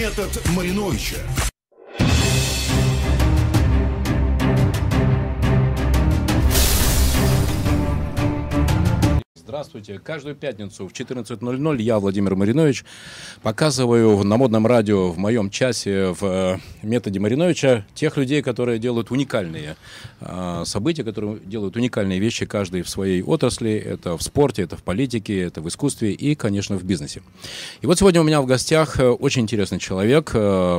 Метод Мариновича. Здравствуйте. Каждую пятницу в 14:00 я, Владимир Маринович, показываю на модном радио в моем часе в методе Мариновича тех людей, которые делают уникальные события, которые делают уникальные вещи, каждый в своей отрасли. Это в спорте, это в политике, это в искусстве и, конечно, в бизнесе. И вот сегодня у меня в гостях очень интересный человек,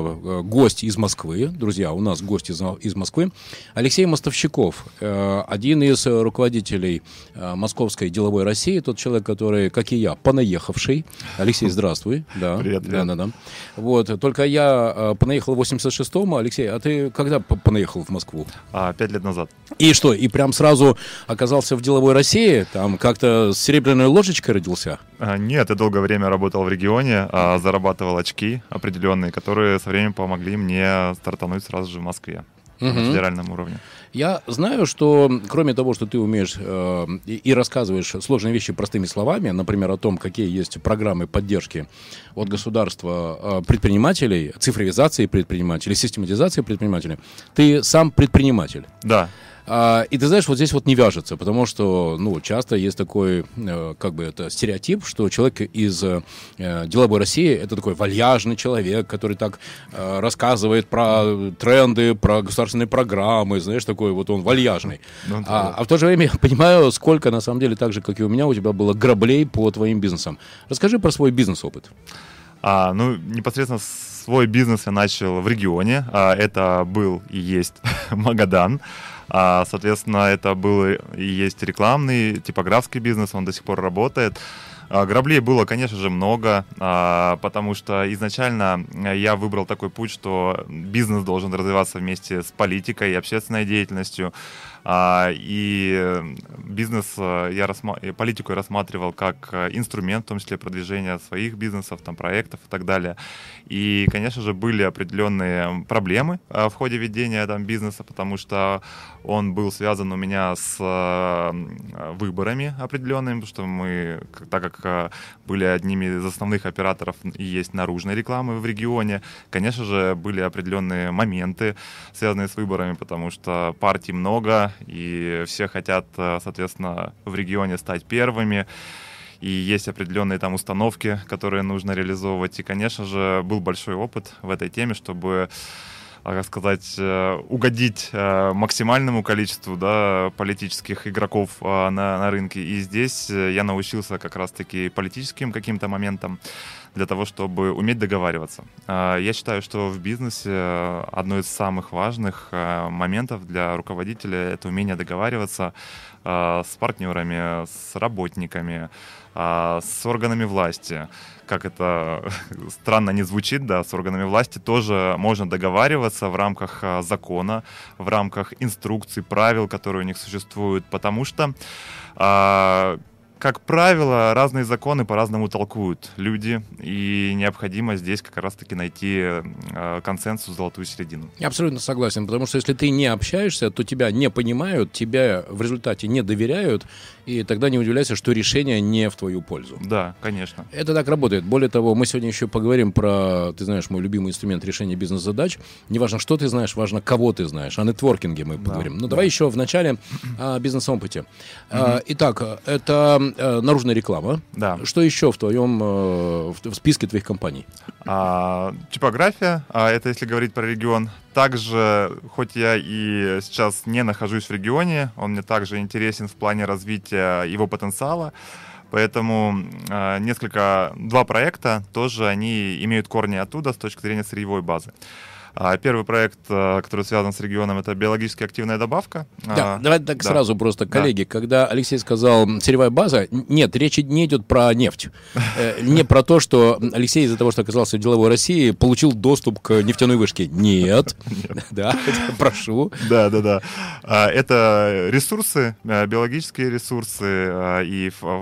гость из Москвы. Друзья, у нас гость из Москвы. Алексей Мостовщиков, один из руководителей Московской деловой России, тот человек, который, как и я, понаехавший. Алексей, здравствуй. Да. Привет, привет. Да. Вот, только я понаехал в 86-м. Алексей, а ты когда понаехал в Москву? 5 лет назад. И что, и прям сразу оказался в деловой России? Там как-то с серебряной ложечкой родился? Нет, я долгое время работал в регионе, зарабатывал очки определенные, которые со временем помогли мне стартануть сразу же в Москве. На федеральном уровне. Я знаю, что кроме того, что ты умеешь и рассказываешь сложные вещи простыми словами, например, о том, какие есть программы поддержки от государства предпринимателей, цифровизации предпринимателей, систематизации предпринимателей, ты сам предприниматель. Да. И ты знаешь, вот здесь вот не вяжется, потому что, часто есть такой, стереотип, что человек из деловой России — это такой вальяжный человек, который так рассказывает про тренды, про государственные программы, знаешь, такой вот он вальяжный. А в то же время я понимаю, сколько, на самом деле, так же, как и у меня, у тебя было граблей по твоим бизнесам. Расскажи про свой бизнес-опыт. Непосредственно свой бизнес я начал в регионе. Это был и есть Магадан. Соответственно, это был и есть рекламный, типографский бизнес, он до сих пор работает. Граблей было, конечно же, много, потому что изначально я выбрал такой путь, что бизнес должен развиваться вместе с политикой и общественной деятельностью. И бизнес, политику я рассматривал как инструмент, в том числе продвижения своих бизнесов, проектов и так далее. И, конечно же, были определенные проблемы в ходе ведения бизнеса, потому что он был связан у меня с выборами определенными, потому что мы, так как были одними из основных операторов и есть наружной рекламы в регионе, конечно же, были определенные моменты, связанные с выборами, потому что партий много, и все хотят, соответственно, в регионе стать первыми. И есть определенные установки, которые нужно реализовывать. И, конечно же, был большой опыт в этой теме, чтобы, угодить максимальному количеству политических игроков на рынке. И здесь я научился как раз-таки политическим каким-то моментам для того, чтобы уметь договариваться. Я считаю, что в бизнесе одно из самых важных моментов для руководителя — это умение договариваться с партнерами, с работниками, с органами власти. Как это странно не звучит, с органами власти тоже можно договариваться в рамках закона, в рамках инструкций, правил, которые у них существуют, потому что как правило, разные законы по-разному толкуют люди, и необходимо здесь как раз-таки найти консенсус, золотую середину. Я абсолютно согласен, потому что если ты не общаешься, то тебя не понимают, тебя в результате не доверяют, и тогда не удивляйся, что решение не в твою пользу. Да, конечно. Это так работает. Более того, мы сегодня еще поговорим про, ты знаешь, мой любимый инструмент решения бизнес-задач. Неважно, что ты знаешь, важно, кого ты знаешь. О нетворкинге мы поговорим. Давай еще в начале о бизнес-опыте. Итак, это наружная реклама. Да. Что еще в твоем в списке твоих компаний? Типография, это если говорить про регион. Также, хоть я и сейчас не нахожусь в регионе, он мне также интересен в плане развития его потенциала. Поэтому два проекта тоже они имеют корни оттуда с точки зрения сырьевой базы. Первый проект, который связан с регионом, это биологически активная добавка. Давай так сразу просто, коллеги, когда Алексей сказал сырьевая база, нет, речь не идет про нефть. Не про то, что Алексей из-за того, что оказался в деловой России, получил доступ к нефтяной вышке. Нет. Да, прошу. Да. Это ресурсы, биологические ресурсы и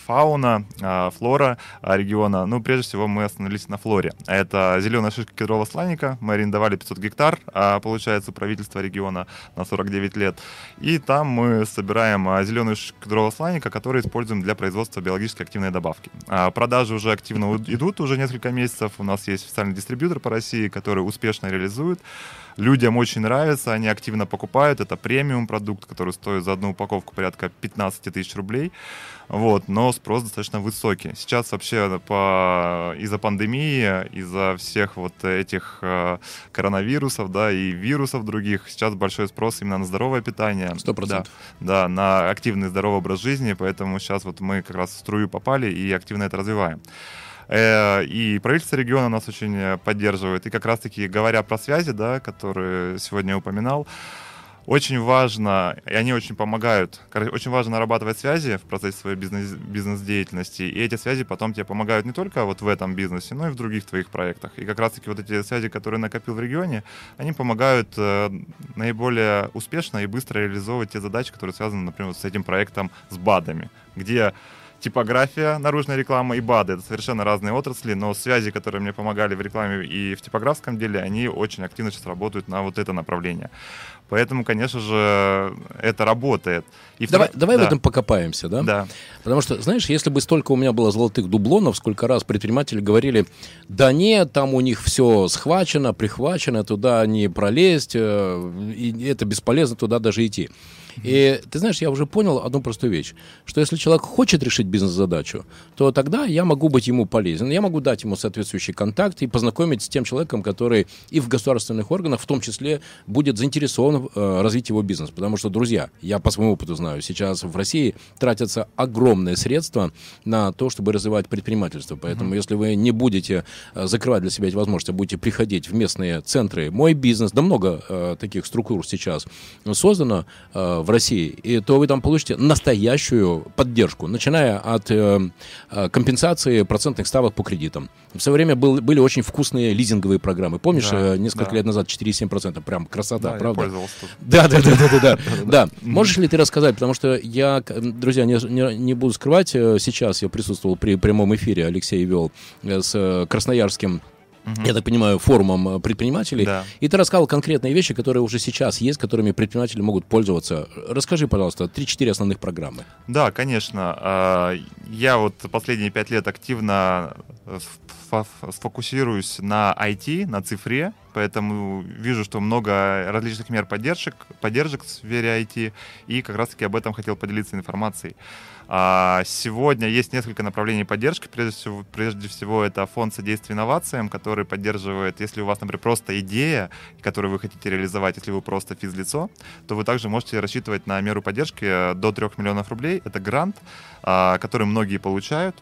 фауна, флора региона. Ну, прежде всего, мы остановились на флоре. Это зеленая шишка кедрового сланника. Мы арендовали 500 гектар, получается, у правительства региона на 49 лет. И там мы собираем зеленую шишку кедрового сланика, который используем для производства биологически активной добавки. Продажи уже активно идут уже несколько месяцев. У нас есть официальный дистрибьютор по России, который успешно реализует. Людям очень нравится, они активно покупают. Это премиум продукт, который стоит за одну упаковку порядка 15 тысяч рублей. Вот, но спрос достаточно высокий. Сейчас вообще из-за пандемии, из-за всех вот этих коронавирусов, да, и вирусов других, сейчас большой спрос именно на здоровое питание. 100%. Да, на активный здоровый образ жизни, поэтому сейчас вот мы как раз в струю попали и активно это развиваем. И правительство региона нас очень поддерживает. И как раз-таки, говоря про связи, да, которые сегодня я упоминал, очень важно, и они очень помогают, очень важно нарабатывать связи в процессе своей бизнес-деятельности, и эти связи потом тебе помогают не только вот в этом бизнесе, но и в других твоих проектах. И как раз-таки вот эти связи, которые накопил в регионе, они помогают наиболее успешно и быстро реализовывать те задачи, которые связаны, например, с этим проектом с БАДами, где типография, наружная реклама и БАДы — это совершенно разные отрасли, но связи, которые мне помогали в рекламе и в типографском деле, они очень активно сейчас работают на вот это направление. Поэтому, конечно же, это работает. И давай в этом покопаемся, да? Да. Потому что, знаешь, если бы столько у меня было золотых дублонов, сколько раз предприниматели говорили, да нет, там у них все схвачено, прихвачено, туда не пролезть, и это бесполезно туда даже идти. И ты знаешь, я уже понял одну простую вещь, что если человек хочет решить бизнес-задачу, то тогда я могу быть ему полезен, я могу дать ему соответствующий контакт и познакомить с тем человеком, который и в государственных органах в том числе будет заинтересован в развитии его бизнеса. Потому что, друзья, я по своему опыту знаю, сейчас в России тратятся огромные средства на то, чтобы развивать предпринимательство. Поэтому если вы не будете закрывать для себя эти возможности, будете приходить в местные центры «Мой бизнес», да много таких структур сейчас создано в России, и то вы там получите настоящую поддержку, начиная от компенсации процентных ставок по кредитам. В свое время были очень вкусные лизинговые программы. Помнишь, несколько лет назад 4,7%? Прям красота, правда? Я пользовался. Да. Можешь ли ты рассказать, потому что я, друзья, не буду скрывать, сейчас я присутствовал при прямом эфире, Алексей вел с красноярским, я так понимаю, форумом предпринимателей. Да. И ты рассказал конкретные вещи, которые уже сейчас есть, которыми предприниматели могут пользоваться. Расскажи, пожалуйста, 3-4 основных программы. Да, конечно. Я вот последние 5 лет активно сфокусируюсь на IT, на цифре, поэтому вижу, что много различных мер поддержек в сфере IT, и как раз-таки об этом хотел поделиться информацией. Сегодня есть несколько направлений поддержки. Прежде всего, это фонд содействия инновациям, который поддерживает, если у вас, например, просто идея, которую вы хотите реализовать, если вы просто физлицо, то вы также можете рассчитывать на меру поддержки до 3 миллионов рублей. Это грант, который многие получают,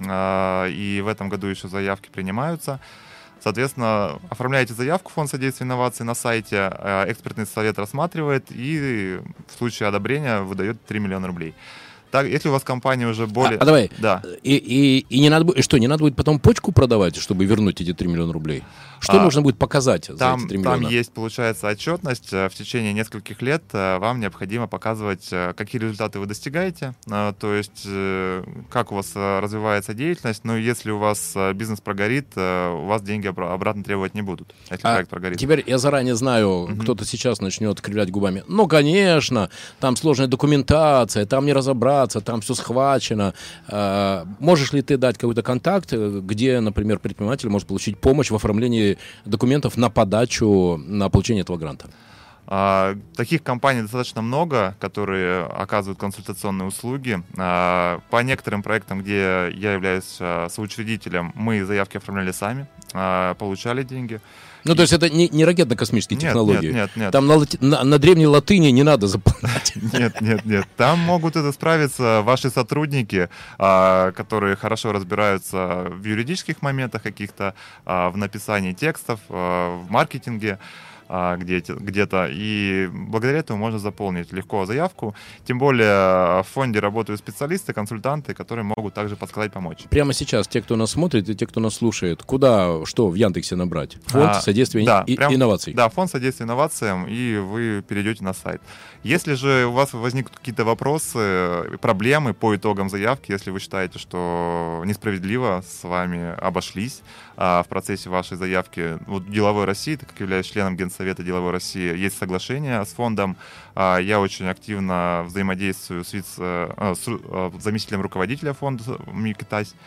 и в этом году еще заявки принимаются. Соответственно, оформляете заявку в фонд содействия инноваций на сайте, экспертный совет рассматривает и в случае одобрения выдает 3 миллиона рублей. Так, если у вас компания уже более... давай. Да. И не надо будет... Что, не надо будет потом почку продавать, чтобы вернуть эти 3 миллиона рублей? Что нужно будет показать за эти 3 миллиона? Там есть, получается, отчетность. В течение нескольких лет вам необходимо показывать, какие результаты вы достигаете, то есть как у вас развивается деятельность. Но если у вас бизнес прогорит, у вас деньги обратно требовать не будут, если проект прогорит. Теперь я заранее знаю, кто-то сейчас начнет кривлять губами. Ну, конечно, там сложная документация, там не разобраться, там все схвачено. Можешь ли ты дать какой-то контакт, где, например, предприниматель может получить помощь в оформлении документов на подачу, на получение этого гранта? Таких компаний достаточно много, которые оказывают консультационные услуги. По некоторым проектам, где я являюсь соучредителем, мы заявки оформляли сами, получали деньги. Ну, то есть это не ракетно-космические технологии? Нет. Там на древней латыни не надо заполнять? Нет. Там могут это справиться ваши сотрудники, которые хорошо разбираются в юридических моментах каких-то, в написании текстов, в маркетинге. где-то, и благодаря этому можно заполнить легко заявку. Тем более в фонде работают специалисты, консультанты, которые могут также подсказать, помочь. Прямо сейчас те, кто нас смотрит, и те, кто нас слушает, куда, что в Яндексе набрать? Фонд содействия инноваций. Да, фонд содействия инновациям, и вы перейдете на сайт. Если же у вас возникнут какие-то вопросы, проблемы по итогам заявки, если вы считаете, что несправедливо с вами обошлись в процессе вашей заявки, вот Деловой России, так как являюсь членом Генсовета Деловой России, есть соглашение с фондом. Я очень активно взаимодействую с заместителем руководителя фонда Микитась.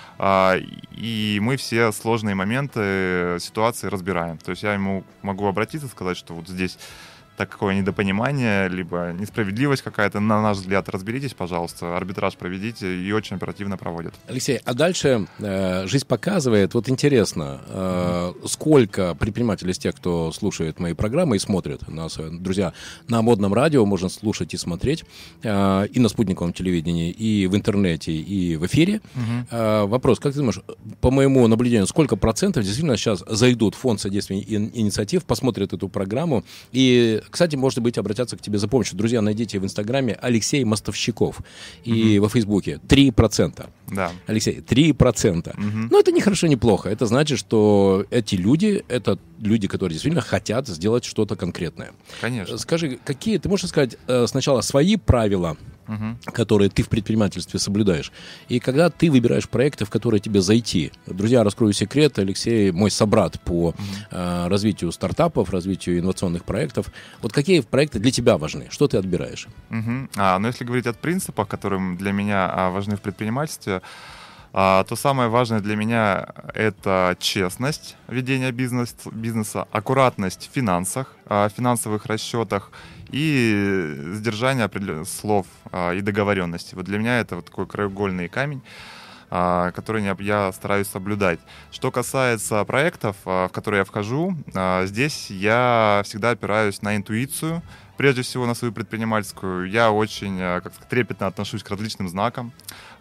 И мы все сложные моменты ситуации разбираем. То есть я ему могу обратиться, сказать, что вот здесь такое недопонимание, либо несправедливость какая-то, на наш взгляд, разберитесь, пожалуйста, арбитраж проведите, и очень оперативно проводят. Алексей, а дальше жизнь показывает, вот интересно, сколько предпринимателей из тех, кто слушает мои программы и смотрит нас, друзья, на модном радио можно слушать и смотреть, и на спутниковом телевидении, и в интернете, и в эфире. Вопрос, как ты думаешь, по моему наблюдению, сколько процентов действительно сейчас зайдут в фонд содействия инициатив, посмотрят эту программу и, кстати, может быть, обратятся к тебе за помощью. Друзья, найдите в Инстаграме Алексей Мостовщиков и во Фейсбуке 3%. Да. Алексей, 3%. Но это не хорошо, не плохо. Это значит, что эти люди, это люди, которые действительно хотят сделать что-то конкретное. Конечно. Скажи, какие, ты можешь сказать сначала свои правила, которые ты в предпринимательстве соблюдаешь, и когда ты выбираешь проекты, в которые тебе зайти. Друзья, раскрою секрет, Алексей мой собрат по развитию стартапов, развитию инновационных проектов. Вот какие проекты для тебя важны? Что ты отбираешь? Но если говорить о принципах, которые для меня важны в предпринимательстве, то самое важное для меня — это честность ведения бизнеса, аккуратность в финансах, финансовых расчетах и сдержание определенных слов и договоренностей. Вот для меня это вот такой краеугольный камень, который я стараюсь соблюдать. Что касается проектов, в которые я вхожу, здесь я всегда опираюсь на интуицию, прежде всего на свою предпринимательскую. Я очень трепетно отношусь к различным знакам,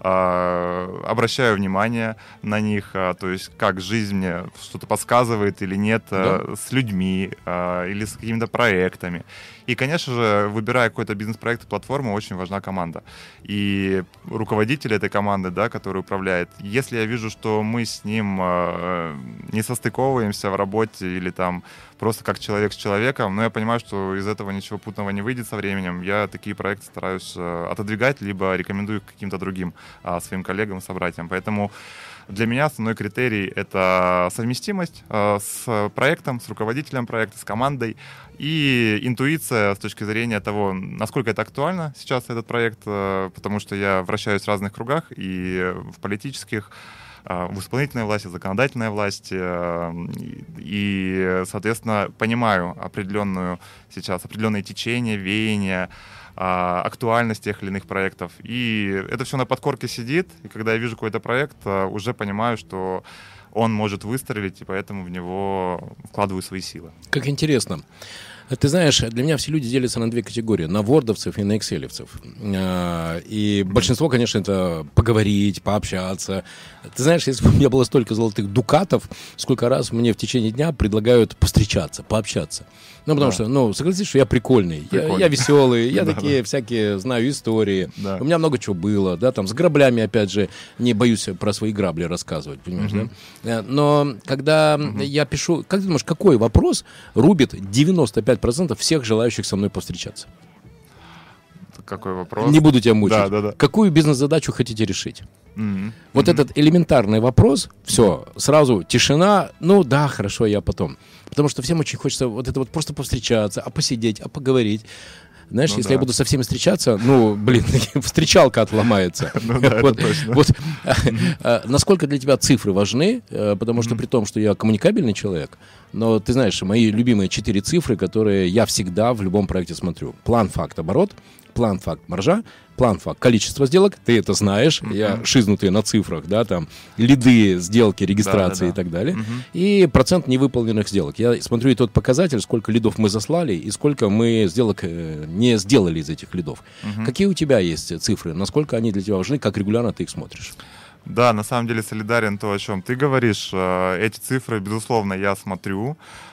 обращаю внимание на них, то есть как жизнь мне что-то подсказывает или нет, с людьми или с какими-то проектами. И, конечно же, выбирая какой-то бизнес-проект и платформу, очень важна команда. И руководитель этой команды, да, который управляет, если я вижу, что мы с ним не состыковываемся в работе или там просто как человек с человеком, но я понимаю, что из этого ничего путного не выйдет со временем, я такие проекты стараюсь отодвигать, либо рекомендую каким-то другим своим коллегам, собратьям. Поэтому для меня основной критерий — это совместимость с проектом, с руководителем проекта, с командой и интуиция с точки зрения того, насколько это актуально сейчас, этот проект, потому что я вращаюсь в разных кругах, и в политических, в исполнительной власти, в законодательной власти, и, соответственно, понимаю определенные течения, веяния, актуальность тех или иных проектов. И это все на подкорке сидит, и когда я вижу какой-то проект, уже понимаю, что он может выстрелить, и поэтому в него вкладываю свои силы. Как интересно. Ты знаешь, для меня все люди делятся на две категории: на вордовцев и на экселевцев. И большинство, конечно, это поговорить, пообщаться. Ты знаешь, если бы у меня было столько золотых дукатов, сколько раз мне в течение дня предлагают повстречаться, пообщаться. Ну, потому что, согласись, что я прикольный. Я веселый, я такие всякие знаю истории. У меня много чего было, да, там с граблями, опять же, не боюсь про свои грабли рассказывать, понимаешь, да? Но когда я пишу, как ты думаешь, какой вопрос рубит 95% всех желающих со мной повстречаться? Какой вопрос? Не буду тебя мучить. Да. Какую бизнес-задачу хотите решить? Вот этот элементарный вопрос, все, сразу тишина, хорошо, я потом. Потому что всем очень хочется вот это вот просто повстречаться, посидеть, поговорить. Знаешь, если я буду со всеми встречаться, встречалка отломается. Это точно. Вот насколько для тебя цифры важны, потому что при том, что я коммуникабельный человек, но ты знаешь, мои любимые 4 цифры, которые я всегда в любом проекте смотрю. План, факт, оборот, план, факт, маржа, план, факт, количество сделок, ты это знаешь, я шизнутый на цифрах, да, там, лиды, сделки, регистрации и так далее, и процент невыполненных сделок. Я смотрю и тот показатель, сколько лидов мы заслали и сколько мы сделок не сделали из этих лидов. Какие у тебя есть цифры, насколько они для тебя важны, как регулярно ты их смотришь? Да, на самом деле солидарен то, о чем ты говоришь. Эти цифры, безусловно, я смотрю.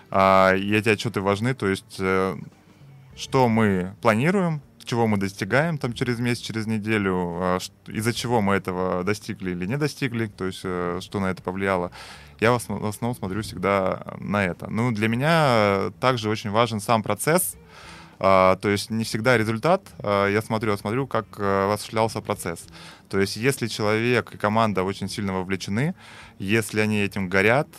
И эти отчеты важны, то есть что мы планируем, чего мы достигаем там через месяц, через неделю, из-за чего мы этого достигли или не достигли, то есть что на это повлияло. Я в основном смотрю всегда на это. Ну, для меня также очень важен сам процесс, то есть не всегда результат. Я смотрю, как осуществлялся процесс. То есть если человек и команда очень сильно вовлечены, если они этим горят,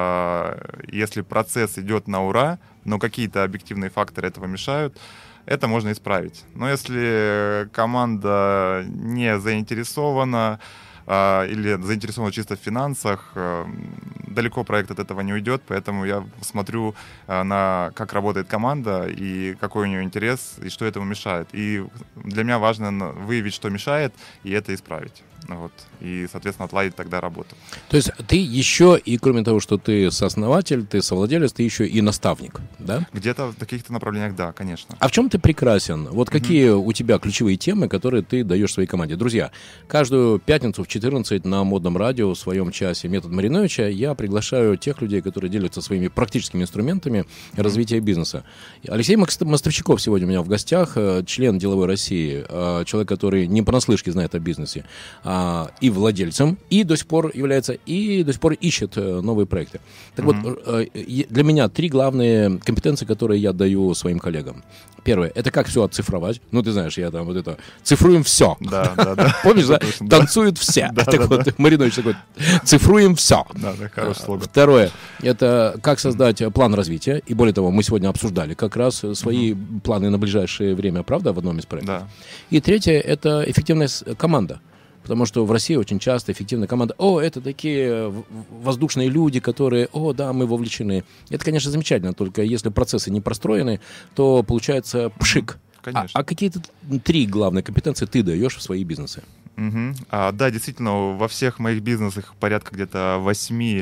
если процесс идет на ура, но какие-то объективные факторы этого мешают, это можно исправить. Но если команда не заинтересована или заинтересована чисто в финансах, далеко проект от этого не уйдет, поэтому я смотрю на как работает команда и какой у нее интерес, и что этому мешает. И для меня важно выявить, что мешает, и это исправить. Вот. И, соответственно, отладить тогда работу. То есть ты еще, и кроме того, что ты сооснователь, ты совладелец, ты еще и наставник, да? Где-то в каких-то направлениях, да, конечно. А в чем ты прекрасен? Вот какие у тебя ключевые темы, которые ты даешь своей команде? Друзья, каждую пятницу в 14 на Модном радио в своем часе «Метод Мариновича» я приглашаю тех людей, которые делятся своими практическими инструментами развития бизнеса. Алексей Мостовщиков сегодня у меня в гостях, член «Деловой России», человек, который не понаслышке знает о бизнесе, и владельцем, и до сих пор является, и до сих пор ищет новые проекты. Так вот, для меня 3 главные компетенции, которые я даю своим коллегам. Первое, это как все оцифровать. Ну, ты знаешь, я там вот это, цифруем все. Да. Помнишь, да? Танцуют все. Так вот, Маринович такой, цифруем все. Да, хороший слоган. Второе, это как создать план развития. И более того, мы сегодня обсуждали как раз свои планы на ближайшее время, правда, в одном из проектов. Да. И третье, это эффективная команда. Потому что в России очень часто эффективная команда, это такие воздушные люди, которые, да, мы вовлечены. Это, конечно, замечательно, только если процессы не простроены, то получается пшик. Конечно. А какие-то 3 главные компетенции ты даешь в свои бизнесы? Да, действительно, во всех моих бизнесах, порядка где-то 8,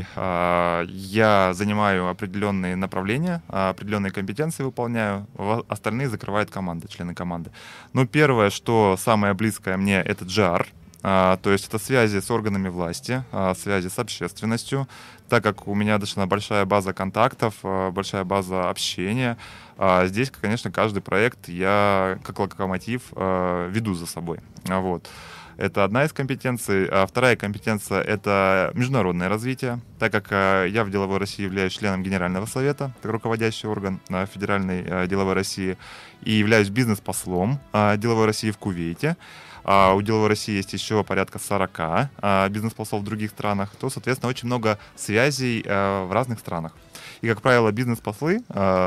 я занимаю определенные направления, определенные компетенции выполняю, остальные закрывают команды, члены команды. Но первое, что самое близкое мне, это GR. То есть это связи с органами власти, связи с общественностью, так как у меня достаточно большая база контактов, большая база общения. Здесь, конечно, каждый проект я как локомотив веду за собой. Вот. Это одна из компетенций. Вторая компетенция — это международное развитие, так как я в «Деловой России» являюсь членом Генерального совета, это руководящий орган Федеральной «Деловой России», и являюсь бизнес-послом «Деловой России» в Кувейте. У «Деловой России» есть еще порядка 40 бизнес-послов в других странах, то, соответственно, очень много связей в разных странах. И, как правило, бизнес-послы,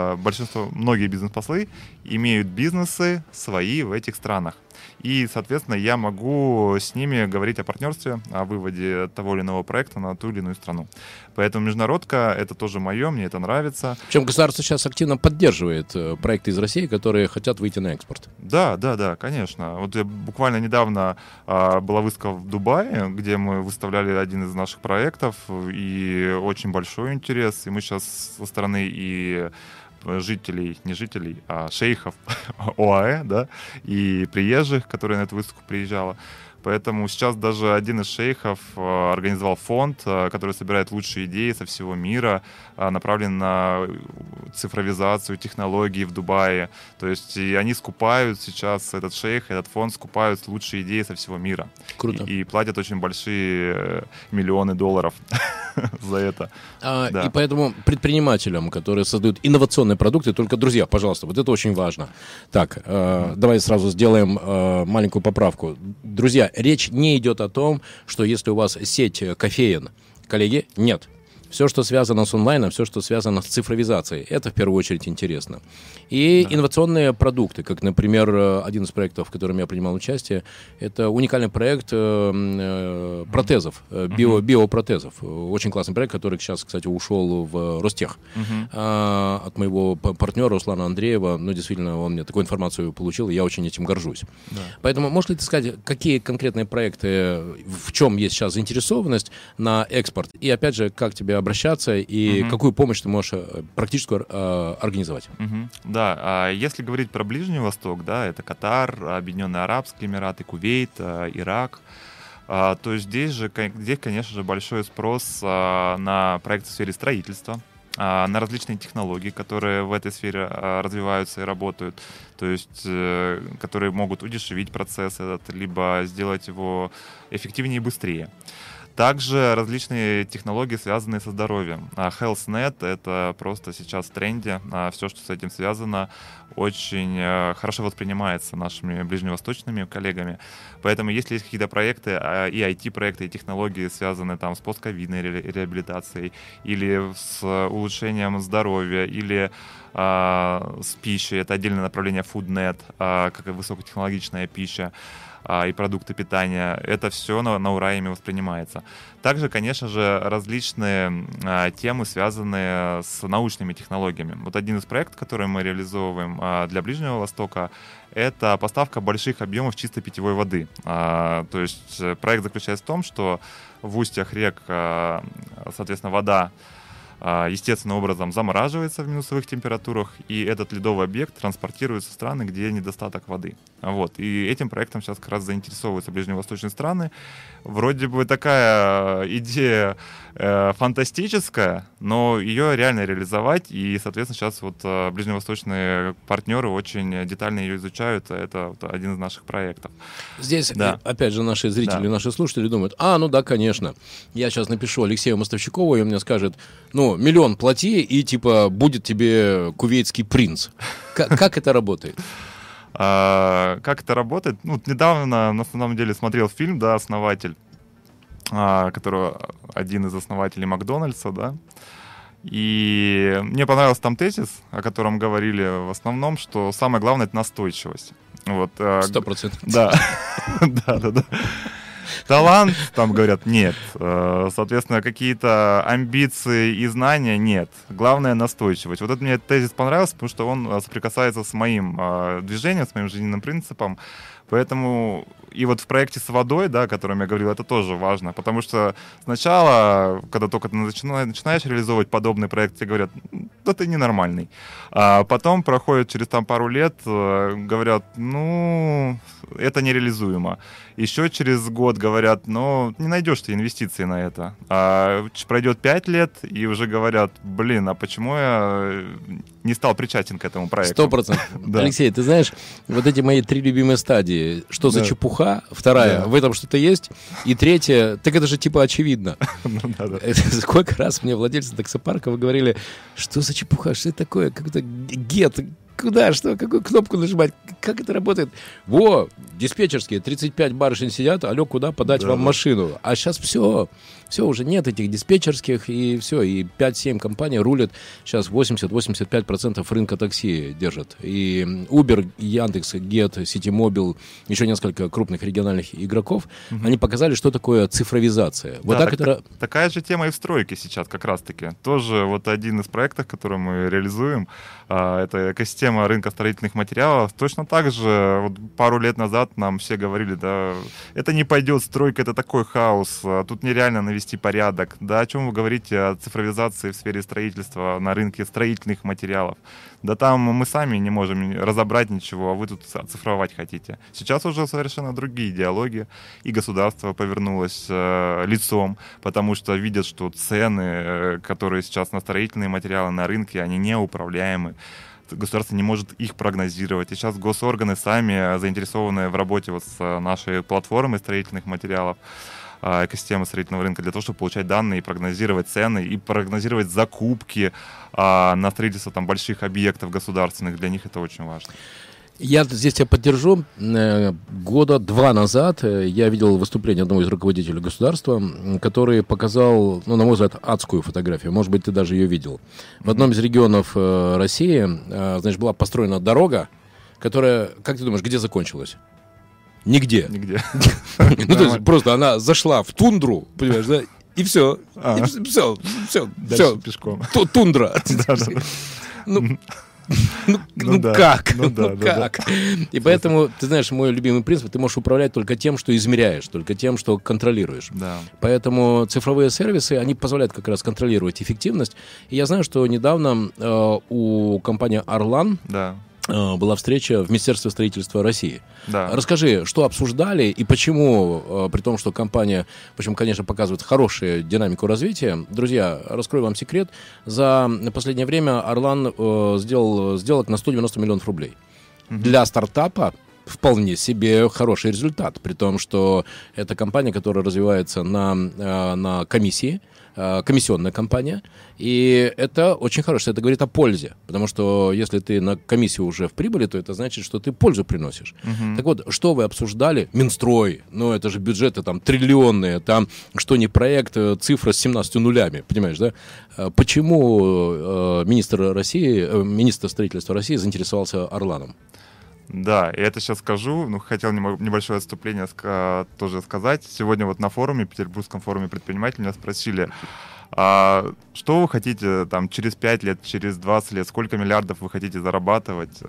многие бизнес-послы имеют бизнесы свои в этих странах. И, соответственно, я могу с ними говорить о партнерстве, о выводе того или иного проекта на ту или иную страну. Поэтому международка — это тоже мое, мне это нравится. Причем государство сейчас активно поддерживает проекты из России, которые хотят выйти на экспорт. Да, конечно. Вот я буквально недавно была выставка в Дубае, где мы выставляли один из наших проектов, и очень большой интерес. И мы сейчас со стороны и не жителей, а шейхов ОАЭ, да, и приезжих, которые на эту выставку приезжала. Поэтому сейчас даже один из шейхов организовал фонд, который собирает лучшие идеи со всего мира, направлен на цифровизацию технологий в Дубае. То есть и они скупают сейчас, этот шейх, этот фонд скупают лучшие идеи со всего мира. Круто. И платят очень большие миллионы долларов за это. Да. И поэтому предпринимателям, которые создают инновационные продукты, только, друзья, пожалуйста, вот это очень важно. Так, давай сразу сделаем маленькую поправку. Друзья, речь не идет о том, что если у вас сеть кофеен, коллеги, нет. Все, что связано с онлайном, все, что связано с цифровизацией, это в первую очередь интересно. И инновационные продукты, как, например, один из проектов, в котором я принимал участие, это уникальный проект протезов, биопротезов. Очень классный проект, который сейчас, кстати, ушел в Ростех. От моего партнера Руслана Андреева, действительно, он мне такую информацию получил, и я очень этим горжусь. Да. Поэтому можешь ли ты сказать, какие конкретные проекты, в чем есть сейчас заинтересованность на экспорт? И, опять же, как тебе обращаться и какую помощь ты можешь практически организовать? Да, если говорить про Ближний Восток, да, это Катар, Объединенные Арабские Эмираты, Кувейт, Ирак, то здесь, конечно же, большой спрос на проекты в сфере строительства. на различные технологии, которые в этой сфере развиваются и работают, то есть которые могут удешевить процесс этот, либо сделать его эффективнее и быстрее. Также различные технологии, связанные со здоровьем. HealthNet — это просто сейчас в тренде. Все, что с этим связано, очень хорошо воспринимается нашими ближневосточными коллегами. Поэтому если есть какие-то проекты, и IT-проекты, и технологии, связанные там с постковидной реабилитацией, или с улучшением здоровья, или с пищей, это отдельное направление FoodNet, как и высокотехнологичная пища, и продукты питания, это все на ура ими воспринимается. Также, конечно же, различные темы, связанные с научными технологиями. Вот один из проектов, который мы реализовываем для Ближнего Востока, это поставка больших объемов чистой питьевой воды. То есть проект заключается в том, что в устьях рек, соответственно, вода естественным образом замораживается в минусовых температурах, и этот ледовый объект транспортируется в страны, где недостаток воды. Вот. И этим проектом сейчас как раз заинтересовываются ближневосточные страны. Вроде бы такая идея фантастическая, но ее реально реализовать, и, соответственно, сейчас вот ближневосточные партнеры очень детально ее изучают. Это вот один из наших проектов. Здесь, опять же, наши зрители, наши слушатели думают, ну да, конечно, я сейчас напишу Алексею Мостовщикову, и он мне скажет, миллион плати, и типа будет тебе кувейтский принц. Как это работает? Как это работает? Недавно, на самом деле, смотрел фильм, «Основатель», которого один из основателей Макдональдса, да. И мне понравился там тезис, о котором говорили в основном, что самое главное — это настойчивость. 100%. Да. Да. Талант, там говорят, нет. Соответственно, какие-то амбиции и знания нет. Главное — настойчивость. Вот это мне этот тезис понравился, потому что он соприкасается с моим движением, с моим жизненным принципом. Поэтому и вот в проекте с водой, да, о котором я говорил, это тоже важно, потому что сначала, когда только ты начинаешь реализовывать подобный проект, тебе говорят, да ты ненормальный. А потом проходит через пару лет, говорят, это нереализуемо. Еще через год говорят, не найдешь ты инвестиции на это. А пройдет 5 лет, и уже говорят, а почему я не стал причастен к этому проекту? 100%. Да. Алексей, ты знаешь, вот эти мои 3 любимые стадии. Что за чепуха? Вторая, в этом что-то есть. И третья, так это же типа очевидно. Сколько раз мне владельцы таксопарка говорили, что за чепуха, что это такое? Какой-то гет. Куда, что, какую кнопку нажимать? Как это работает? Диспетчерские, 35 барышень сидят, алло, куда подать вам машину? А сейчас все, уже нет этих диспетчерских, и все, и 5-7 компаний рулят, сейчас 80-85% рынка такси держат. И Uber, Яндекс, Get, Ситимобил, еще несколько крупных региональных игроков, они показали, что такое цифровизация. Такая же тема и в стройке сейчас как раз-таки. Тоже вот один из проектов, который мы реализуем, это экосистема рынка строительных материалов. Точно так же пару лет назад нам все говорили, да, это не пойдет, стройка — это такой хаос, тут нереально навести порядок. Да, о чем вы говорите о цифровизации в сфере строительства на рынке строительных материалов? Да там мы сами не можем разобрать ничего, а вы тут оцифровать хотите. Сейчас уже совершенно другие идеологии, и государство повернулось лицом, потому что видят, что цены, которые сейчас на строительные материалы на рынке, они неуправляемы. Государство не может их прогнозировать. И сейчас госорганы сами заинтересованы в работе с нашей платформой строительных материалов, экосистемы строительного рынка, для того, чтобы получать данные и прогнозировать цены, и прогнозировать закупки на строительство больших объектов государственных. Для них это очень важно. Я здесь тебя поддержу. 2 года назад я видел выступление одного из руководителей государства, который показал, на мой взгляд, адскую фотографию. Может быть, ты даже ее видел. В одном из регионов России, была построена дорога, которая, как ты думаешь, где закончилась? Нигде. То есть просто она зашла в тундру, понимаешь, да? И все. Все. Пешком. Тундра. Как? И поэтому, ты знаешь, мой любимый принцип, ты можешь управлять только тем, что измеряешь, только тем, что контролируешь. Да. Поэтому цифровые сервисы, они позволяют как раз контролировать эффективность. И я знаю, что недавно у компании Орлан была встреча в Министерстве строительства России. Да. Расскажи, что обсуждали и почему, при том, что компания, причем, конечно, показывает хорошую динамику развития. Друзья, раскрою вам секрет. За последнее время Орлан сделал сделок на 190 миллионов рублей. Для стартапа вполне себе хороший результат, при том, что это компания, которая развивается на комиссии, комиссионная компания, и это очень хорошо, это говорит о пользе, потому что если ты на комиссию уже в прибыли, то это значит, что ты пользу приносишь. Так вот, что вы обсуждали? Минстрой, ну это же бюджеты там триллионные, там что не проект, цифра с 17 нулями, понимаешь, да? Почему министр строительства России заинтересовался Орланом? Да, и это сейчас скажу, хотел небольшое отступление тоже сказать. Сегодня вот на форуме, Петербургском форуме предпринимателей меня спросили, что вы хотите там через 5 лет, через 20 лет, сколько миллиардов вы хотите зарабатывать?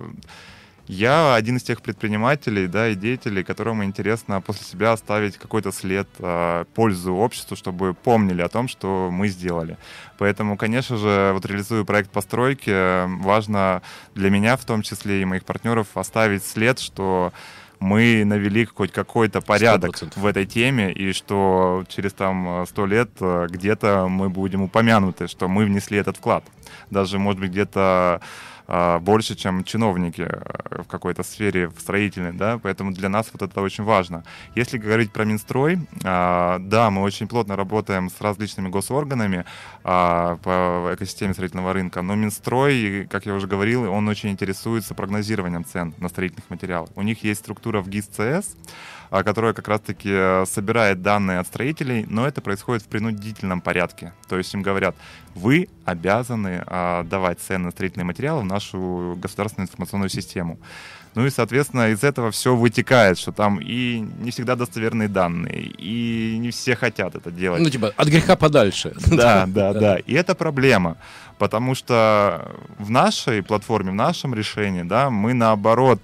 Я один из тех предпринимателей, да, и деятелей, которым интересно после себя оставить какой-то след, пользу обществу, чтобы помнили о том, что мы сделали. Поэтому, конечно же, вот реализуя проект постройки, важно для меня, в том числе и моих партнеров, оставить след, что мы навели хоть какой-то порядок 100%. В этой теме, и что через 100 лет где-то мы будем упомянуты, что мы внесли этот вклад. Даже, может быть, где-то больше, чем чиновники в какой-то сфере в строительной, да, поэтому для нас вот это очень важно. Если говорить про Минстрой, да, мы очень плотно работаем с различными госорганами по экосистеме строительного рынка, но Минстрой, как я уже говорил, он очень интересуется прогнозированием цен на строительных материалов. У них есть структура в ГИС-ЦС, которая как раз-таки собирает данные от строителей, но это происходит в принудительном порядке. То есть им говорят, вы обязаны давать цены на строительные материалы в нашу государственную информационную систему. Ну и, соответственно, из этого все вытекает, что там и не всегда достоверные данные, и не все хотят это делать. Ну, типа, от греха подальше. Да. И это проблема. Потому что в нашей платформе, в нашем решении, да, мы наоборот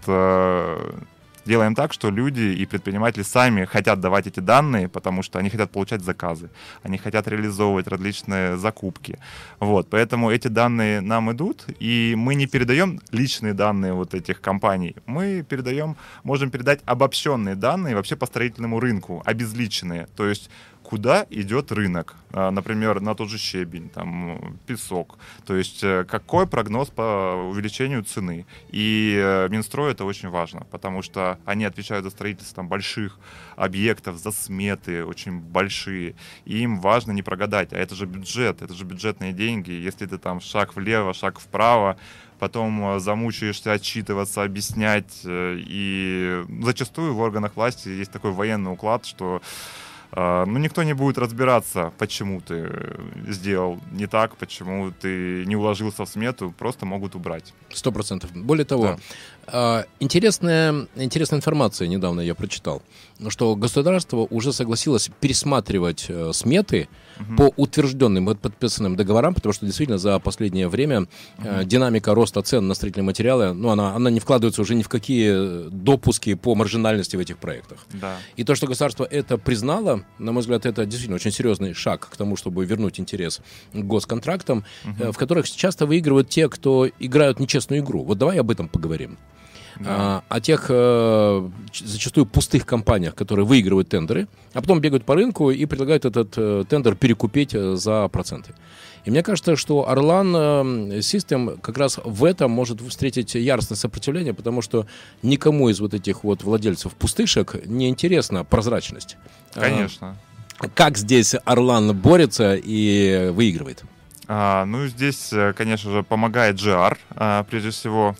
делаем так, что люди и предприниматели сами хотят давать эти данные, потому что они хотят получать заказы, они хотят реализовывать различные закупки. Вот, поэтому эти данные нам идут, и мы не передаем личные данные вот этих компаний, мы можем передать обобщенные данные вообще по строительному рынку, обезличенные, то есть куда идет рынок, например, на тот же щебень, там, песок. То есть какой прогноз по увеличению цены. И Минстрой это очень важно, потому что они отвечают за строительство там, больших объектов, за сметы очень большие. И им важно не прогадать. А это же бюджет, это же бюджетные деньги. Если ты там шаг влево, шаг вправо, потом замучаешься отчитываться, объяснять. И зачастую в органах власти есть такой военный уклад, что никто не будет разбираться, почему ты сделал не так, почему ты не уложился в смету, просто могут убрать. 100%. Более того, интересная информация недавно я прочитал, что государство уже согласилось пересматривать сметы по утвержденным и подписанным договорам, потому что действительно за последнее время динамика роста цен на строительные материалы, она не вкладывается уже ни в какие допуски по маржинальности в этих проектах. Да. И то, что государство это признало, на мой взгляд, это действительно очень серьезный шаг к тому, чтобы вернуть интерес к госконтрактам, в которых часто выигрывают те, кто играют нечестную игру. Вот давай об этом поговорим. Да. О тех зачастую пустых компаниях, которые выигрывают тендеры, а потом бегают по рынку и предлагают этот тендер перекупить за проценты. И мне кажется, что Орлан System как раз в этом может встретить яростное сопротивление, потому что никому из вот этих вот владельцев пустышек не интересна прозрачность. Конечно. Как здесь Орлан борется и выигрывает? Здесь, конечно же, помогает GR, прежде всего.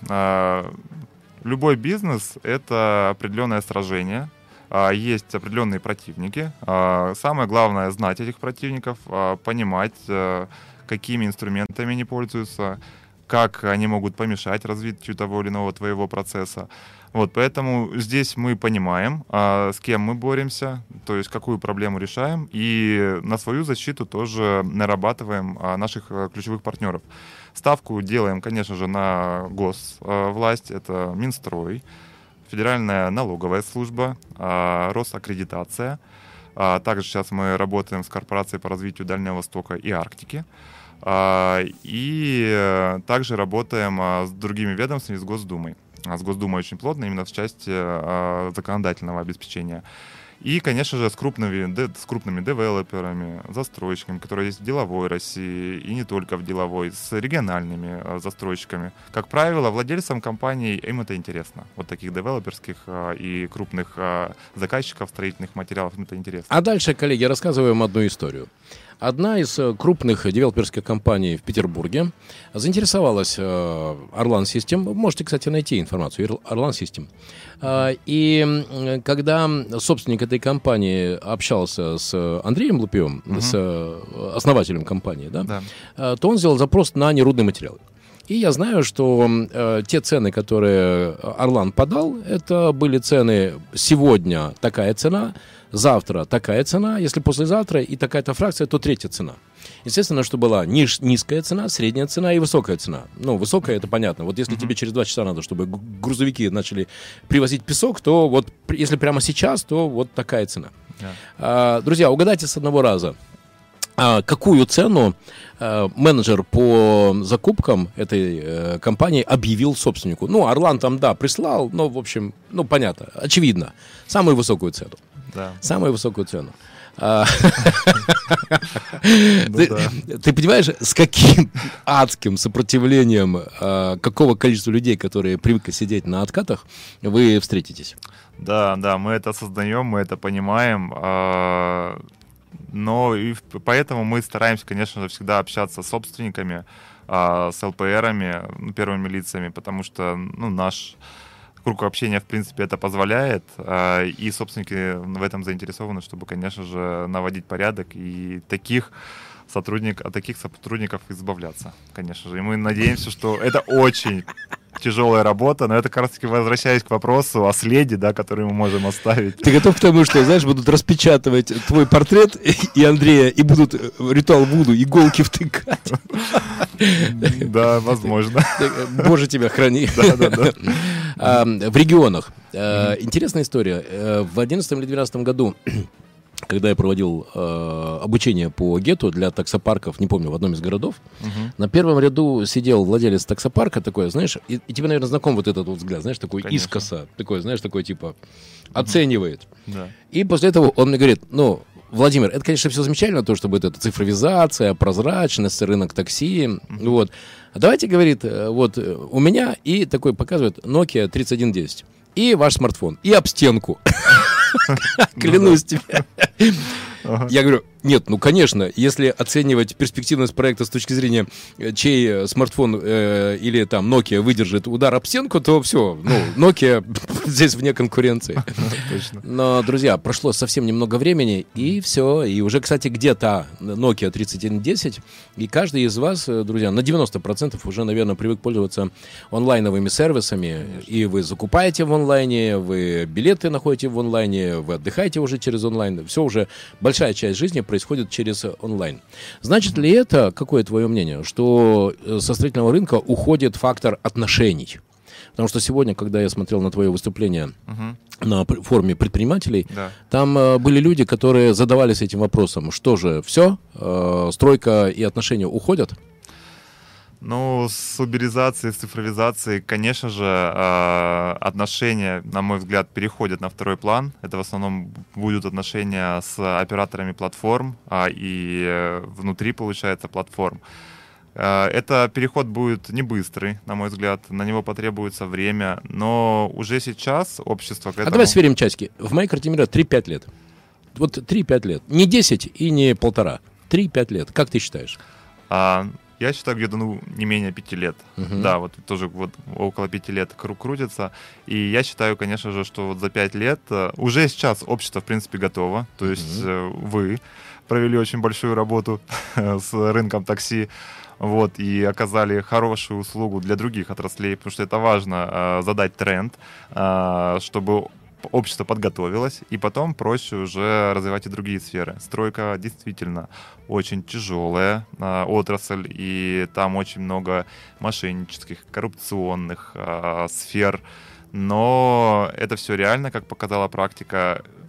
Любой бизнес — это определенное сражение, есть определенные противники. Самое главное — знать этих противников, понимать, какими инструментами они пользуются, как они могут помешать развитию того или иного твоего процесса. Вот, поэтому здесь мы понимаем, с кем мы боремся, то есть какую проблему решаем, и на свою защиту тоже нарабатываем наших ключевых партнеров. Ставку делаем, конечно же, на госвласть, это Минстрой, Федеральная налоговая служба, Росаккредитация. Также сейчас мы работаем с корпорацией по развитию Дальнего Востока и Арктики. И также работаем с другими ведомствами, с Госдумой. С Госдумой очень плотно, именно в части законодательного обеспечения. И, конечно же, с крупными девелоперами, застройщиками, которые есть в деловой России, и не только в деловой, с региональными застройщиками. Как правило, владельцам компаний им это интересно. Вот таких девелоперских и крупных заказчиков строительных материалов им это интересно. А дальше, коллеги, рассказываю вам одну историю. Одна из крупных девелоперских компаний в Петербурге заинтересовалась Орлан Систем. Можете, кстати, найти информацию. Орлан Систем. И когда собственник этой компании общался с Андреем Лупиевым, с основателем компании, да, то он сделал запрос на нерудные материалы. И я знаю, что те цены, которые Орлан подал, это были цены сегодня такая цена, завтра такая цена, если послезавтра и такая-то фракция, то третья цена. Естественно, что была низкая цена, средняя цена и высокая цена. Ну, высокая, это понятно. Вот если тебе через 2 часа надо, чтобы грузовики начали привозить песок, то вот если прямо сейчас, то вот такая цена. Друзья, угадайте с одного раза. Какую цену менеджер по закупкам этой компании объявил собственнику? Ну, Орлан там, да, прислал, но, в общем, ну, понятно, очевидно. Самую высокую цену. Да. Самую высокую цену. Ты понимаешь, с каким адским сопротивлением какого количества людей, которые привыкли сидеть на откатах, вы встретитесь? Да, мы это осознаем, мы это понимаем. Но и поэтому мы стараемся, конечно же, всегда общаться с собственниками, с ЛПРами, первыми лицами, потому что наш круг общения, в принципе, это позволяет, и собственники в этом заинтересованы, чтобы, конечно же, наводить порядок и от таких сотрудников избавляться, конечно же. И мы надеемся, что это очень тяжелая работа, но это как раз таки возвращаясь к вопросу о следе, да, который мы можем оставить. Ты готов к тому, что, знаешь, будут распечатывать твой портрет и Андрея, и будут ритуал Вуду, иголки втыкать? Да, возможно. Боже, тебя храни. Да. В регионах. Интересная история. В 2011 или 2012 году, когда я проводил обучение по ГЕТу для таксопарков, не помню, в одном из городов, на первом ряду сидел владелец таксопарка такой, знаешь, и тебе, наверное, знаком вот этот вот взгляд, знаешь, такой Конечно. искоса, такой, знаешь, такой типа оценивает. Да. И после этого он мне говорит, Владимир, это, конечно, все замечательно, то, чтобы это цифровизация, прозрачность, рынок такси, вот. А давайте, говорит, вот у меня, и такой показывает Nokia 3110, и ваш смартфон, и об стенку. Клянусь тебе. Я говорю, нет, конечно, если оценивать перспективность проекта с точки зрения, чей смартфон или там Nokia выдержит удар об стенку, то все, Nokia здесь вне конкуренции. Но, друзья, прошло совсем немного времени, и все. И уже, кстати, где-то Nokia 3110, и каждый из вас, друзья, на 90% уже, наверное, привык пользоваться онлайновыми сервисами, и вы закупаете в онлайне, вы билеты находите в онлайне, вы отдыхаете уже через онлайн, все уже, большая часть жизни происходит через онлайн. Значит ли это, какое твое мнение, что со строительного рынка уходит фактор отношений? Потому что сегодня, когда я смотрел на твое выступление на форуме предпринимателей, там были люди, которые задавались этим вопросом. Что же, все, стройка и отношения уходят? С уберизацией, с цифровизацией, конечно же, отношения, на мой взгляд, переходят на второй план. Это в основном будут отношения с операторами платформ и внутри, получается, платформ. Это переход будет не быстрый, на мой взгляд, на него потребуется время, но уже сейчас общество к этому... давай сверим часики. В моей карте мира 3-5 лет. Вот 3-5 лет. Не 10 и не 1,5. 3-5 лет. Как ты считаешь? Я считаю, где-то, не менее 5 лет. Да, вот тоже около 5 лет крутится. И я считаю, конечно же, что вот за 5 лет уже сейчас общество, в принципе, готово. То есть вы провели очень большую работу с рынком такси, и оказали хорошую услугу для других отраслей, потому что это важно задать тренд, чтобы общество подготовилось, и потом проще уже развивать и другие сферы. Стройка действительно очень тяжелая отрасль, и там очень много мошеннических, коррупционных сфер, но это все реально, как показала практика.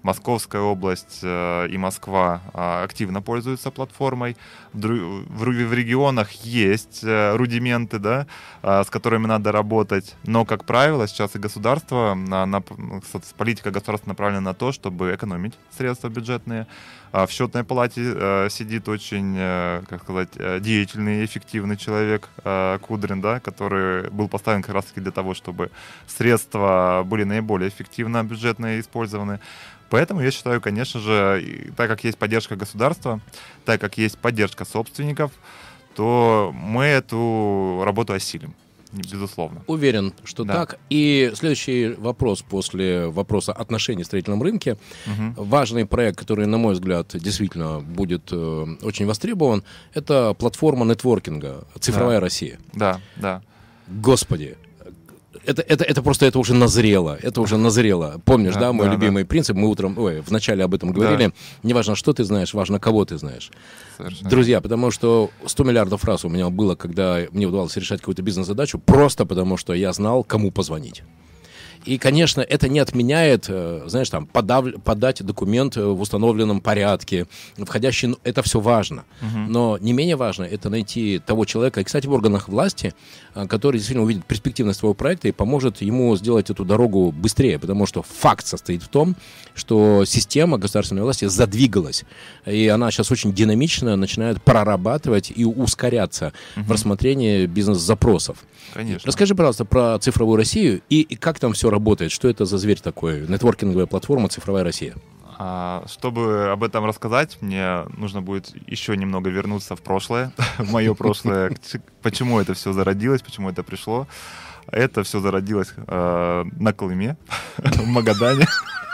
Московская область и Москва активно пользуются платформой. В регионах есть рудименты, да, с которыми надо работать. Но, как правило, сейчас и государство, политика государства направлена на то, чтобы экономить средства бюджетные. В счетной палате сидит очень, как сказать, деятельный, эффективный человек Кудрин, да, который был поставлен как раз-таки для того, чтобы средства были наиболее эффективно бюджетно использованы. Поэтому я считаю, конечно же, так как есть поддержка государства, так как есть поддержка собственников, то мы эту работу осилим. Безусловно. Уверен, что да. так. И следующий вопрос после вопроса отношений в строительном рынке. Важный проект, который, на мой взгляд, действительно будет очень востребован, это платформа нетворкинга «Цифровая Россия». Да, да. Господи. Это просто это уже назрело. Это уже назрело. Помнишь, да, мой любимый принцип? Мы утром, в начале об этом говорили. Не важно, что ты знаешь, важно, кого ты знаешь. Совершенно. Друзья, потому что 100 миллиардов раз у меня было, когда мне удавалось решать какую-то бизнес-задачу, просто потому что я знал, кому позвонить. И, конечно, это не отменяет, знаешь, там, подать документ в установленном порядке, входящий, это все важно. Но не менее важно это найти того человека, и, кстати, в органах власти, который действительно увидит перспективность твоего проекта и поможет ему сделать эту дорогу быстрее, потому что факт состоит в том, что система государственной власти задвигалась, и она сейчас очень динамично начинает прорабатывать и ускоряться в рассмотрении бизнес-запросов. Конечно. Расскажи, пожалуйста, про цифровую Россию и как там все работает, что это за зверь такой, нетворкинговая платформа «Цифровая Россия». Чтобы об этом рассказать, мне нужно будет еще немного вернуться в прошлое, в мое прошлое, почему это все зародилось, почему это пришло. Это все зародилось на Колыме, в Магадане.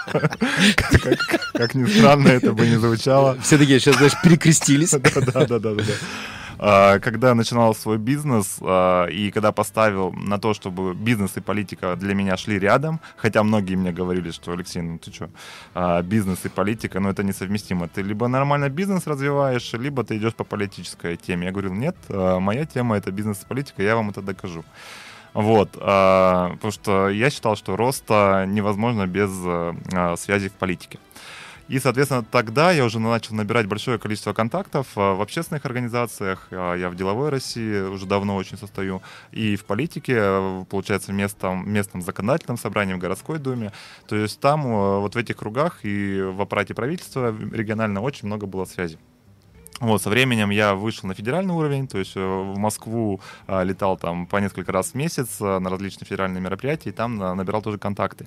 Как ни странно это бы не звучало. Все такие сейчас, знаешь, перекрестились. Да. Когда начинал свой бизнес и когда поставил на то, чтобы бизнес и политика для меня шли рядом, хотя многие мне говорили, что, Алексей, ну ты что, бизнес и политика, это несовместимо. Ты либо нормально бизнес развиваешь, либо ты идешь по политической теме. Я говорил, нет, моя тема — это бизнес и политика, я вам это докажу. Потому что я считал, что роста невозможно без связи в политике. И, соответственно, тогда я уже начал набирать большое количество контактов в общественных организациях. Я в деловой России уже давно очень состою. И в политике, получается, местном законодательном собрании, в городской думе. То есть там, вот в этих кругах и в аппарате правительства регионально очень много было связей. Со временем я вышел на федеральный уровень, то есть в Москву летал там по несколько раз в месяц на различные федеральные мероприятия, и там набирал тоже контакты.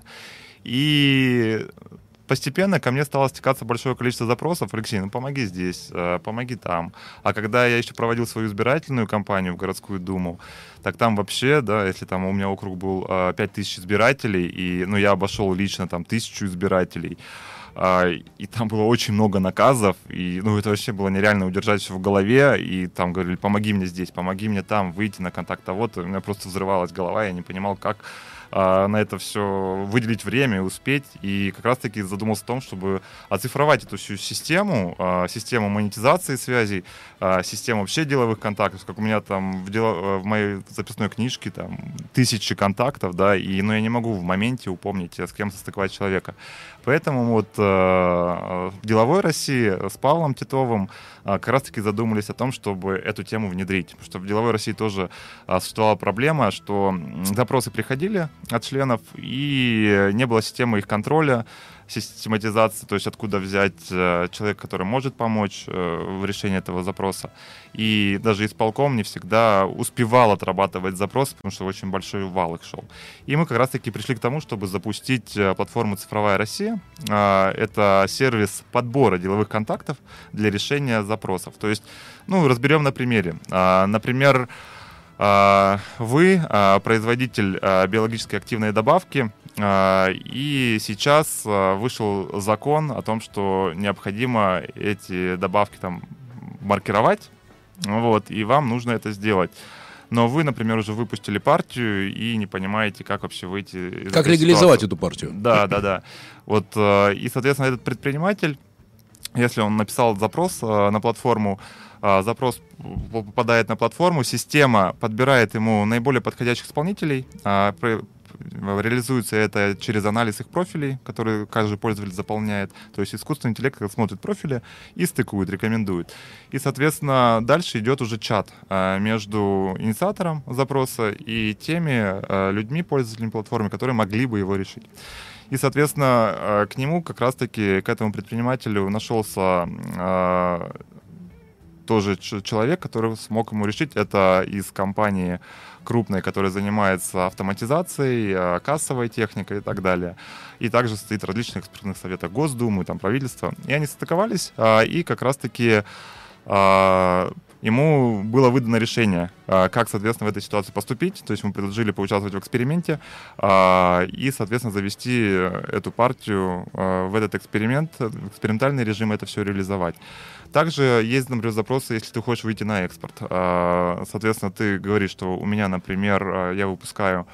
И постепенно ко мне стало стекаться большое количество запросов. Алексей, помоги здесь, помоги там. А когда я еще проводил свою избирательную кампанию в городскую думу, так там вообще, да, если там у меня округ был 5000 избирателей, и я обошел лично там 1000 избирателей, и там было очень много наказов, и это вообще было нереально удержать все в голове, и там говорили, помоги мне здесь, помоги мне там, выйти на контакт. У меня просто взрывалась голова, я не понимал, как на это все выделить время и успеть. И как раз-таки задумался о том, чтобы оцифровать эту всю систему, систему монетизации связей, систему вообще деловых контактов. Как у меня там в моей записной книжке там 1000 контактов, да, и я не могу в моменте упомнить, с кем состыковать человека. Поэтому в деловой России с Павлом Титовым как раз-таки задумались о том, чтобы эту тему внедрить. Потому что в деловой России тоже существовала проблема, что запросы приходили от членов, и не было системы их контроля, систематизации, то есть откуда взять человека, который может помочь в решении этого запроса. И даже исполком не всегда успевал отрабатывать запросы, потому что очень большой вал их шел. И мы как раз-таки пришли к тому, чтобы запустить платформу «Цифровая Россия». Это сервис подбора деловых контактов для решения запросов. То есть, разберем на примере. Например, вы производитель биологически активной добавки, и сейчас вышел закон о том, что необходимо эти добавки там маркировать, и вам нужно это сделать. Но вы, например, уже выпустили партию и не понимаете, как вообще выйти из Как легализовать эту партию. Да. И, соответственно, этот предприниматель, если он написал запрос на платформу, запрос попадает на платформу, система подбирает ему наиболее подходящих исполнителей, Реализуется это через анализ их профилей, которые каждый пользователь заполняет. То есть искусственный интеллект смотрит профили и стыкует, рекомендует. И, соответственно, дальше идет уже чат между инициатором запроса и теми людьми, пользователями платформы, которые могли бы его решить. И, соответственно, к нему как раз-таки, к этому предпринимателю нашелся тоже человек, который смог ему решить. Это из компании крупной, которая занимается автоматизацией, кассовой техникой и так далее. И также состоит в различных экспертных советах Госдумы, там, правительства. И они состыковались, и как раз-таки ему было выдано решение, как, соответственно, в этой ситуации поступить. То есть мы предложили поучаствовать в эксперименте и, соответственно, завести эту партию в этот эксперимент, в экспериментальный режим это все реализовать. Также есть, например, запросы, если ты хочешь выйти на экспорт. Соответственно, ты говоришь, что у меня, например, я выпускаю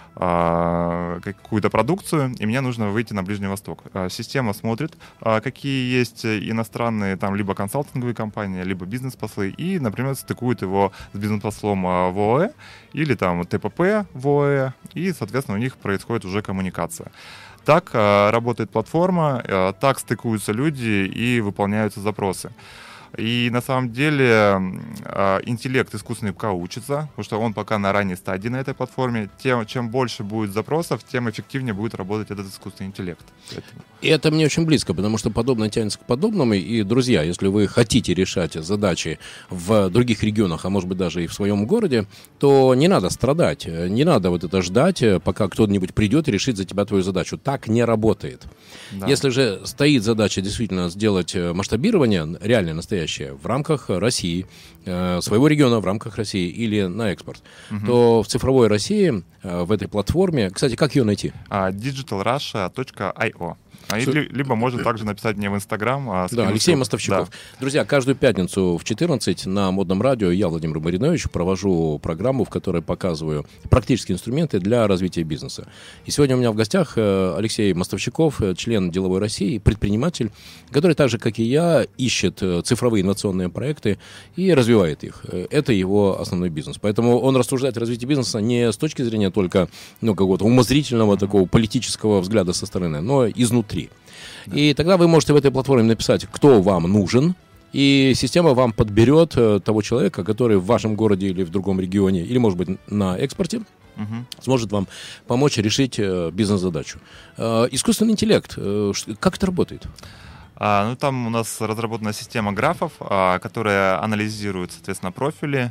какую-то продукцию, и мне нужно выйти на Ближний Восток. Система смотрит, какие есть иностранные, там, либо консалтинговые компании, либо бизнес-послы, и, например, стыкует его с бизнес-послом в ОАЭ или там ТПП в ОАЭ, и, соответственно, у них происходит уже коммуникация. Так работает платформа, так стыкуются люди и выполняются запросы. И на самом деле интеллект искусственный пока учится, потому что он пока на ранней стадии на этой платформе. Чем больше будет запросов, тем эффективнее будет работать этот искусственный интеллект. И это мне очень близко, потому что подобное тянется к подобному. И, друзья, если вы хотите решать задачи в других регионах, а может быть даже и в своем городе, то не надо страдать, не надо вот это ждать, пока кто-нибудь придет и решит за тебя твою задачу. Так не работает. Да. Если же стоит задача действительно сделать масштабирование, реально настоящее, в рамках России, своего региона в рамках России или на экспорт, то в цифровой России, в этой платформе, кстати, как ее найти? digitalrussia.io. Либо можно также написать мне в Инстаграм. Да, Алексей Мостовщиков. Да. Друзья, каждую пятницу в 14 на Модном радио я, Владимир Маринович, провожу программу, в которой показываю практические инструменты для развития бизнеса. И сегодня у меня в гостях Алексей Мостовщиков, член Деловой России, предприниматель, который так же, как и я, ищет цифровые инновационные проекты и развивает их. Это его основной бизнес. Поэтому он рассуждает о развитии бизнеса не с точки зрения только какого-то умозрительного такого политического взгляда со стороны, но изнутри. Да. И тогда вы можете в этой платформе написать, кто вам нужен, и система вам подберет того человека, который в вашем городе или в другом регионе, или, может быть, на экспорте, сможет вам помочь решить бизнес-задачу. Искусственный интеллект, как это работает? Там у нас разработана система графов, которая анализирует, соответственно, профили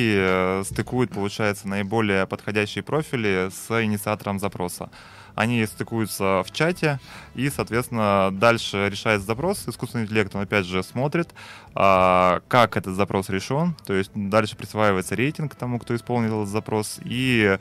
и стыкует, получается, наиболее подходящие профили с инициатором запроса. Они стыкуются в чате, и, соответственно, дальше решается запрос. Искусственный интеллект, он опять же смотрит, как этот запрос решен. То есть дальше присваивается рейтинг тому, кто исполнил этот запрос, и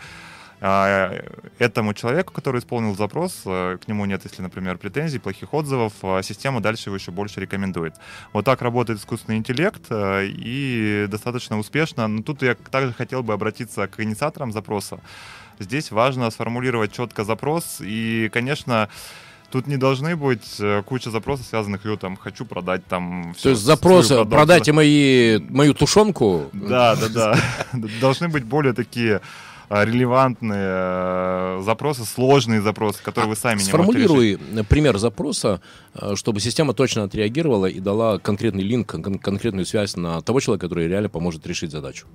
этому человеку, который исполнил запрос, к нему нет, если, например, претензий, плохих отзывов, система дальше его еще больше рекомендует. Вот так работает искусственный интеллект, и достаточно успешно. Но тут я также хотел бы обратиться к инициаторам запроса. Здесь важно сформулировать четко запрос, и, конечно, тут не должны быть куча запросов, связанных, хочу продать там... То есть запрос «продайте мою тушенку»? Да. Должны быть более такие релевантные запросы, сложные запросы, которые вы сами не можете решить. Сформулируй пример запроса, чтобы система точно отреагировала и дала конкретный линк, конкретную связь на того человека, который реально поможет решить задачу.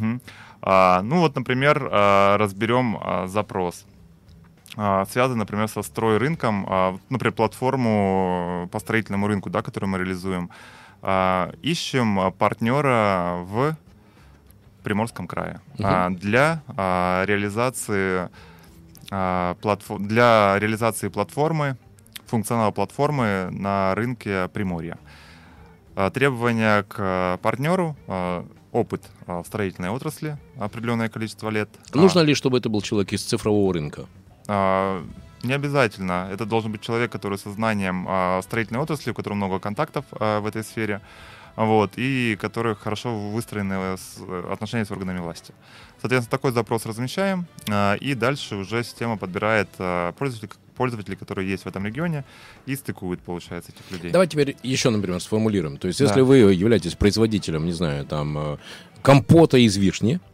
Например, разберем запрос. Связан, например, со стройрынком, например, платформу по строительному рынку, которую мы реализуем. Ищем партнера в Приморском крае для реализации платформы, функционала платформы на рынке Приморья. Требования к партнеру: опыт в строительной отрасли, определенное количество лет. Нужно ли, чтобы это был человек из цифрового рынка? Не обязательно. Это должен быть человек, который со знанием строительной отрасли, у которого много контактов в этой сфере, и которых хорошо выстроены отношения с органами власти. Соответственно, такой запрос размещаем, и дальше уже система подбирает пользователей, которые есть в этом регионе, и стыкует, получается, этих людей. Давайте теперь еще, например, сформулируем. То есть, если вы являетесь производителем, не знаю, компота из вишни,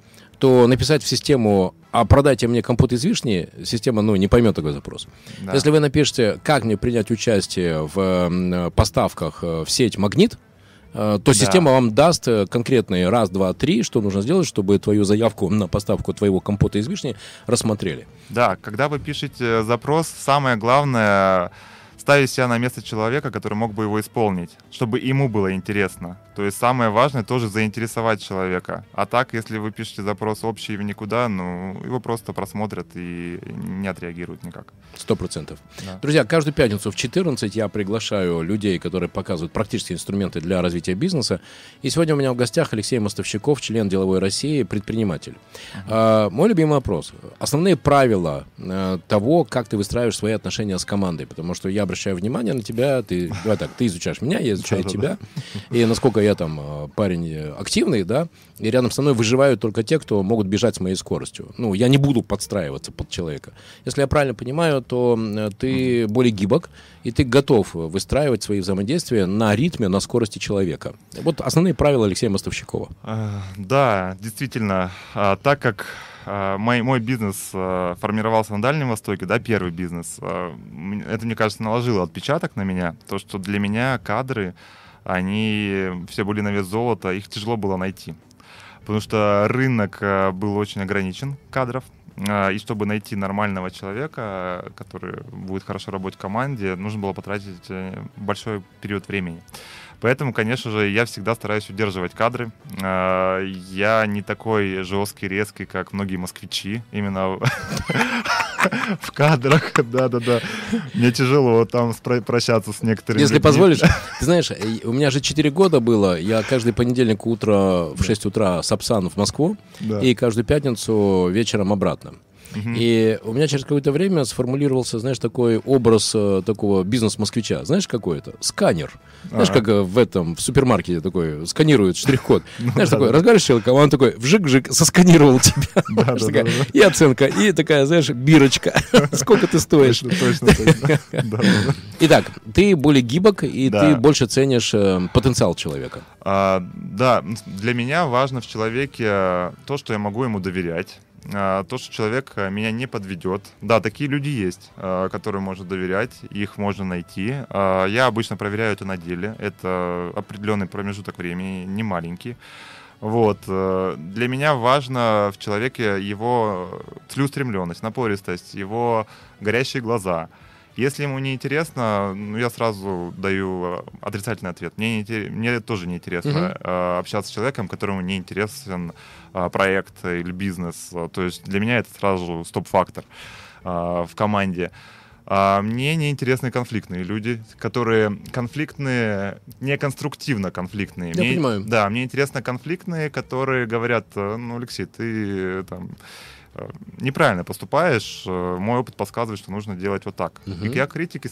то написать в систему «а продайте мне компот из вишни», система, не поймет такой запрос. Да. Если вы напишете «как мне принять участие в поставках в сеть «Магнит», то система вам даст конкретные 1, 2, 3, что нужно сделать, чтобы твою заявку на поставку твоего компота из вишни рассмотрели. Да, когда вы пишете запрос, самое главное ставить себя на место человека, который мог бы его исполнить, чтобы ему было интересно. То есть самое важное тоже заинтересовать человека. А так, если вы пишете запрос общий в никуда, его просто просмотрят и не отреагируют никак. 100%. Да. Друзья, каждую пятницу в 14 я приглашаю людей, которые показывают практические инструменты для развития бизнеса. И сегодня у меня в гостях Алексей Мостовщиков, член Деловой России, предприниматель. Мой любимый вопрос. Основные правила того, как ты выстраиваешь свои отношения с командой. Потому что я обращаю внимание на тебя, ты изучаешь меня, я изучаю тебя. И насколько я там парень активный, да, и рядом со мной выживают только те, кто могут бежать с моей скоростью. Я не буду подстраиваться под человека. Если я правильно понимаю, то ты более гибок, и ты готов выстраивать свои взаимодействия на ритме, на скорости человека. Вот основные правила Алексея Мостовщикова. Да, действительно, так как мой бизнес формировался на Дальнем Востоке, да, первый бизнес, это, мне кажется, наложило отпечаток на меня, то, что для меня кадры, они все были на вес золота, их тяжело было найти, потому что рынок был очень ограничен кадров, и чтобы найти нормального человека, который будет хорошо работать в команде, нужно было потратить большой период времени. Поэтому, конечно же, я всегда стараюсь удерживать кадры. Я не такой жесткий, резкий, как многие москвичи, именно в кадрах. Да-да-да. Мне тяжело там прощаться с некоторыми Если позволишь, ты знаешь, у меня же 4 года было. Я каждый понедельник в 6 утра с Апсан в Москву, и каждую пятницу вечером обратно. И у меня через какое-то время сформулировался, знаешь, такой образ такого бизнес-москвича. Знаешь, какой это? Сканер. Знаешь, как в супермаркете такой сканирует штрих-код. Знаешь, такой, разговариваешь с человеком, а он такой вжик-вжик сосканировал тебя. И оценка, и такая, знаешь, бирочка. Сколько ты стоишь. Точно. Итак, ты более гибок, и ты больше ценишь потенциал человека. Да, для меня важно в человеке то, что я могу ему доверять. То, что человек меня не подведет. Да, такие люди есть, которым можно доверять, их можно найти. Я обычно проверяю это на деле. Это определенный промежуток времени, не маленький. Вот. Для меня важно в человеке его целеустремленность, напористость, его горящие глаза. Если ему не интересно, я сразу даю отрицательный ответ. Мне тоже не интересно общаться с человеком, которому не интересен проект или бизнес. То есть для меня это сразу стоп-фактор в команде. Мне не интересны конфликтные люди, которые конфликтные, не конструктивно конфликтные. Я понимаю. Да, мне интересны конфликтные, которые говорят, Алексей, ты там неправильно поступаешь, мой опыт подсказывает, что нужно делать вот так. И я к критике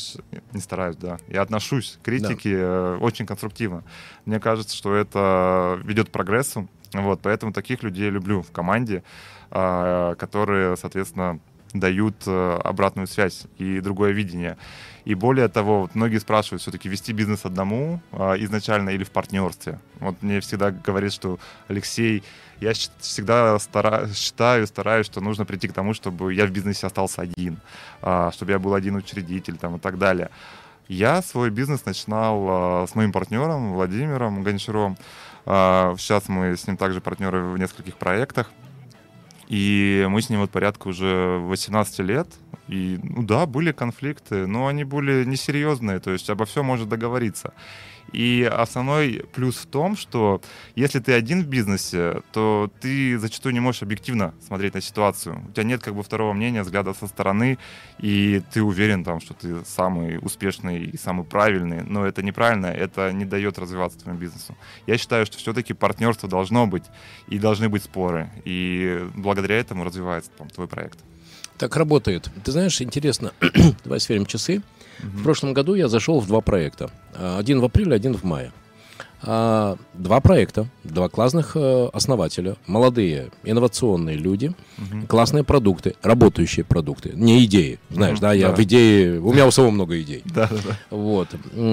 я отношусь к критике очень конструктивно. Мне кажется, что это ведет к прогрессу, поэтому таких людей я люблю в команде, которые, соответственно, дают обратную связь и другое видение. И более того, многие спрашивают, все-таки вести бизнес одному изначально или в партнерстве. Мне всегда говорят, что Алексей, я всегда стараюсь, что нужно прийти к тому, чтобы я в бизнесе остался один, чтобы я был один учредитель и так далее. Я свой бизнес начинал с моим партнером Владимиром Гончаровым. Сейчас мы с ним также партнеры в нескольких проектах. И мы с ним порядка уже 18 лет. И, были конфликты, но они были несерьезные, то есть обо всем можно договориться. И основной плюс в том, что если ты один в бизнесе, то ты зачастую не можешь объективно смотреть на ситуацию. У тебя нет второго мнения, взгляда со стороны, и ты уверен, что ты самый успешный и самый правильный, но это неправильно, это не дает развиваться твоему бизнесу. Я считаю, что все-таки партнерство должно быть, и должны быть споры, и благодаря этому развивается твой проект. Так работает. Ты знаешь, интересно, давай сверим часы. В прошлом году я зашел в 2 проекта. Один в апреле, один в мае. 2 проекта, 2 классных основателя, молодые, инновационные люди, классные продукты, работающие продукты, не идеи. Знаешь, я в идее, у меня у самого много идей.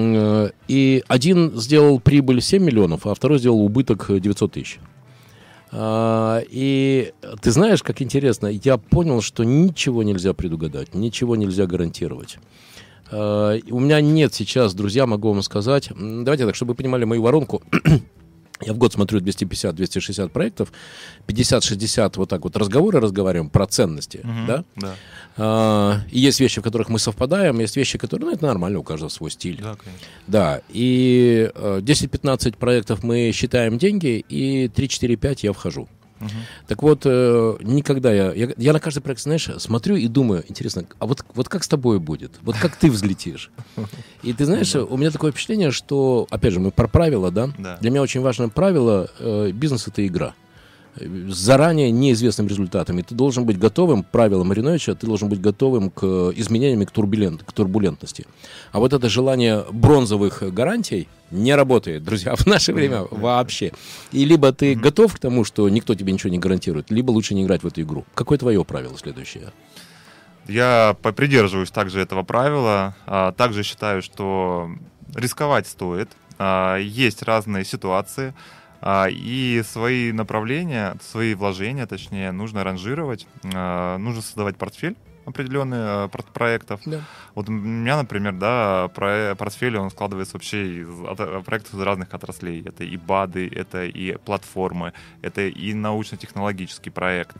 И один сделал прибыль 7 миллионов, а второй сделал убыток 900 тысяч. И ты знаешь, как интересно, я понял, что ничего нельзя предугадать, ничего нельзя гарантировать. У меня нет сейчас, друзья, могу вам сказать, давайте так, чтобы вы понимали мою воронку. Я в год смотрю 250-260 проектов, 50-60 вот так вот разговариваем про ценности, да? Да. И есть вещи, в которых мы совпадаем, есть вещи, которые, ну, это нормально, у каждого свой стиль. Да, конечно. Да, и 10-15 проектов мы считаем деньги, и 3-4-5 я вхожу. Так вот, никогда я на каждый проект, знаешь, смотрю и думаю, интересно, а вот как с тобой будет? Вот как ты взлетишь? И ты знаешь, у меня такое впечатление, что, опять же, мы про правила, да? Да. Для меня очень важное правило, бизнес — это игра. С заранее неизвестным результатами. Ты должен быть готовым, правило Мариновича, ты должен быть готовым к изменениям и к турбулентности. А вот это желание бронзовых гарантий не работает, друзья, в наше время вообще. И либо ты готов к тому, что никто тебе ничего не гарантирует, либо лучше не играть в эту игру. Какое твое правило следующее? Я придерживаюсь также этого правила. Также считаю, что рисковать стоит. Есть разные ситуации. И свои направления, свои вложения, точнее, нужно ранжировать, нужно создавать портфель определенный проектов. Да. Вот у меня, например, да, портфель, он складывается вообще из проектов из разных отраслей. Это и БАДы, это и платформы, это и научно-технологический проект,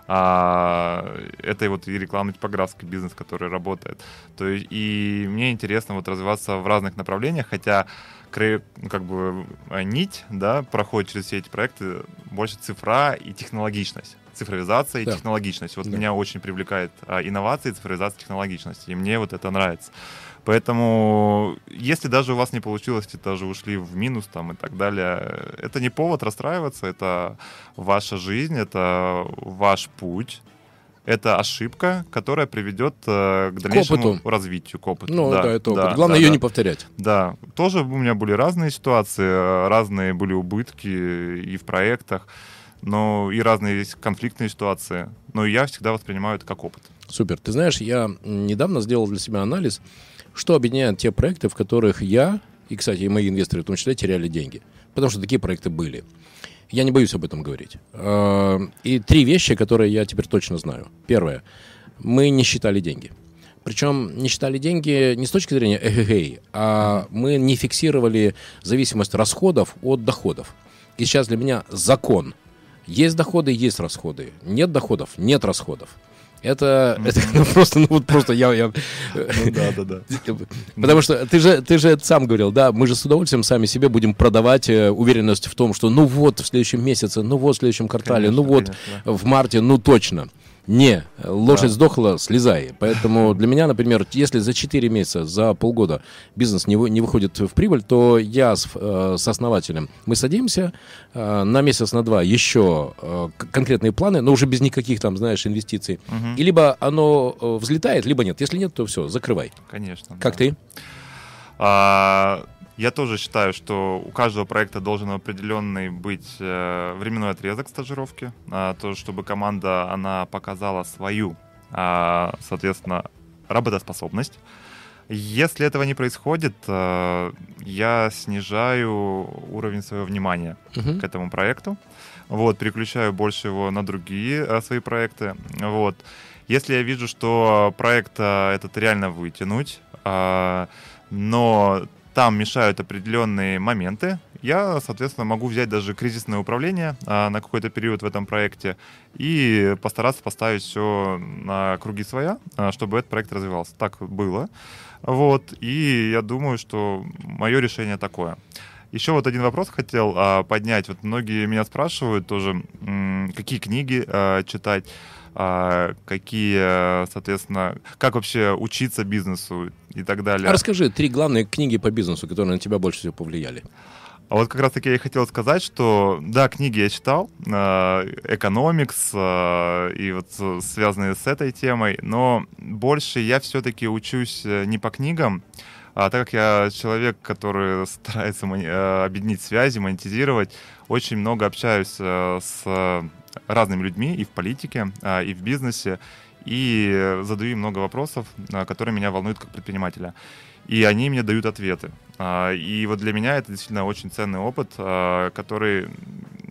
это и вот и рекламно-типографский бизнес, который работает. То есть, и мне интересно вот развиваться в разных направлениях, хотя как бы нить, да, проходит через все эти проекты больше цифра и технологичность. Цифровизация и технологичность. Вот меня очень привлекает инновации, цифровизация, технологичность. И мне вот это нравится. Поэтому, если даже у вас не получилось, даже ушли в минус там и так далее, это не повод расстраиваться, это ваша жизнь, это ваш путь. Это ошибка, которая приведет к дальнейшему развитию, к опыту. Ну да, это опыт. Главное ее не повторять. Да, тоже у меня были разные ситуации, разные были убытки и в проектах, но и разные есть конфликтные ситуации. Но я всегда воспринимаю это как опыт. Супер. Ты знаешь, я недавно сделал для себя анализ, что объединяет те проекты, в которых я, и, кстати, и мои инвесторы в том числе, теряли деньги. Потому что такие проекты были. Я не боюсь об этом говорить. И 3 вещи, которые я теперь точно знаю. Первое. Мы не считали деньги. Причем не считали деньги не с точки зрения эгэгэй, а мы не фиксировали зависимость расходов от доходов. И сейчас для меня закон. Есть доходы, есть расходы. Нет доходов, нет расходов. Это просто я. Да. Потому что ты же это сам говорил, да, мы же с удовольствием сами себе будем продавать уверенность в том, что ну вот в следующем месяце, ну вот в следующем квартале, конечно, ну вот конечно. в марте, ну точно. Не, лошадь сдохла, слезай. Поэтому для меня, например, если за 4 месяца, за полгода бизнес не выходит в прибыль, то я с основателем, мы садимся на месяц, на 2 еще конкретные планы, но уже без никаких там, знаешь, инвестиций. И либо оно взлетает, либо нет. Если нет, то все, закрывай. Конечно. Как ты? Я тоже считаю, что у каждого проекта должен определенный быть временной отрезок стажировки, то, чтобы команда она показала свою, соответственно, работоспособность. Если этого не происходит, я снижаю уровень своего внимания к этому проекту, вот, переключаю больше его на другие свои проекты. Вот. Если я вижу, что проект этот реально вытянуть, но там мешают определенные моменты, я, соответственно, могу взять даже кризисное управление на какой-то период в этом проекте и постараться поставить все на круги своя, чтобы этот проект развивался. Так было. Вот. И я думаю, что мое решение такое. Еще вот один вопрос хотел поднять. Вот многие меня спрашивают тоже, какие книги читать, какие, соответственно, как вообще учиться бизнесу и так далее. А расскажи 3 главные книги по бизнесу, которые на тебя больше всего повлияли. А вот как раз-таки я и хотел сказать, что, да, книги я читал, экономикс и вот связанные с этой темой, но больше я все-таки учусь не по книгам, так как я человек, который старается объединить связи, монетизировать, очень много общаюсь с разными людьми и в политике, и в бизнесе, и задаю им много вопросов, которые меня волнуют как предпринимателя. И они мне дают ответы. И вот для меня это действительно очень ценный опыт, который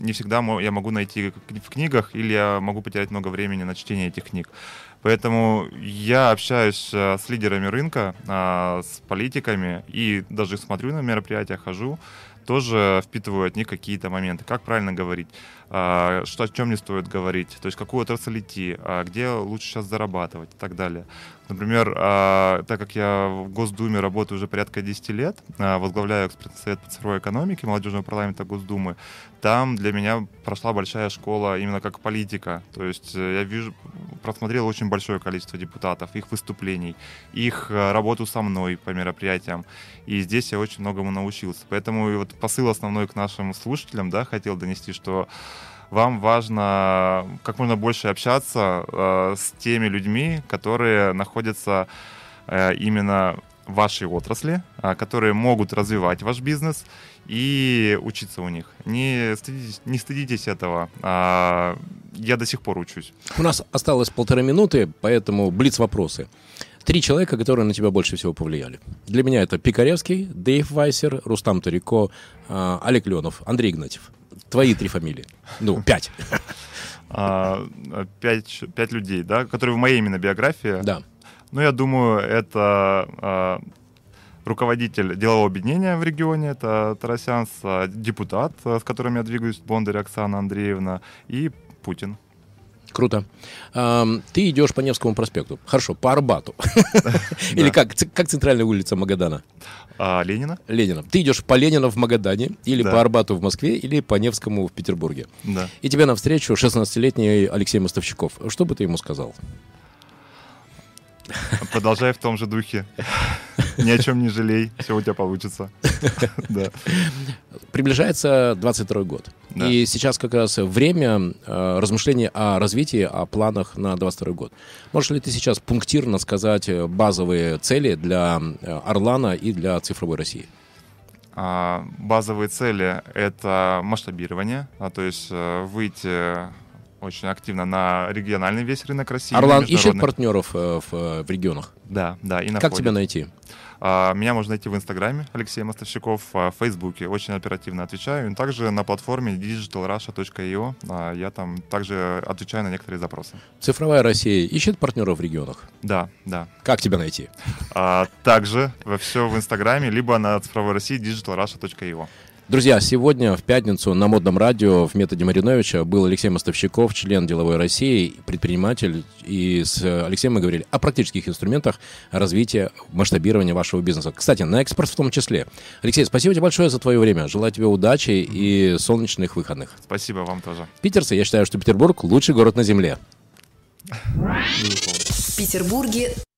не всегда я могу найти в книгах, или я могу потерять много времени на чтение этих книг. Поэтому я общаюсь с лидерами рынка, с политиками, и даже смотрю на мероприятия, хожу, тоже впитываю от них какие-то моменты. Как правильно говорить, о чем не стоит говорить, то есть какую отрасль идти, где лучше сейчас зарабатывать и так далее. Например, так как я в Госдуме работаю уже порядка 10 лет, возглавляю экспертный совет по цифровой экономике молодежного парламента Госдумы, там для меня прошла большая школа именно как политика. То есть я просмотрел очень большое количество депутатов, их выступлений, их работу со мной по мероприятиям. И здесь я очень многому научился. Поэтому вот посыл основной к нашим слушателям, да, хотел донести, что вам важно как можно больше общаться с теми людьми, которые находятся именно в вашей отрасли, которые могут развивать ваш бизнес, и учиться у них. Не стыдитесь этого. Я до сих пор учусь. У нас осталось 1,5 минуты, поэтому блиц-вопросы. 3 человека, которые на тебя больше всего повлияли. Для меня это Пикаревский, Дэйв Вайсер, Рустам Торико, Олег Леонов, Андрей Игнатьев. Твои 3 фамилии. 5. 5 людей, да, которые в моей именно биографии. Да. Ну, я думаю, это руководитель делового объединения в регионе, это Тарасянс, депутат, с которым я двигаюсь, Бондарь Оксана Андреевна, и Путин. Круто. Ты идешь по Невскому проспекту. Хорошо, по Арбату. Или как центральная улица Магадана? Ленина. Ленина. Ты идешь по Ленина в Магадане, или по Арбату в Москве, или по Невскому в Петербурге. Да. И тебе навстречу 16-летний Алексей Мостовщиков. Что бы ты ему сказал? Продолжай в том же духе. Ни о чем не жалей, все у тебя получится. Приближается 22-й год. Да. И сейчас как раз время размышлений о развитии, о планах на 22-й год. Можешь ли ты сейчас пунктирно сказать базовые цели для Орлана и для цифровой России? Базовые цели — это масштабирование, то есть выйти очень активно на региональный весь рынок России. Орлан ищет партнеров в регионах? Да, и находит. Как тебя найти? Меня можно найти в Инстаграме, Алексей Мостовщиков, в Фейсбуке, очень оперативно отвечаю. И также на платформе digitalrussia.io я там также отвечаю на некоторые запросы. Цифровая Россия ищет партнеров в регионах? Да. Как тебя найти? Также все в Инстаграме, либо на цифровой России digitalrussia.io. Друзья, сегодня в пятницу на Модном радио в методе Мариновича был Алексей Мостовщиков, член деловой России, предприниматель. И с Алексеем мы говорили о практических инструментах развития, масштабирования вашего бизнеса. Кстати, на экспорт в том числе. Алексей, спасибо тебе большое за твое время. Желаю тебе удачи и солнечных выходных. Спасибо вам тоже. Питерцы, я считаю, что Петербург — лучший город на земле. В Петербурге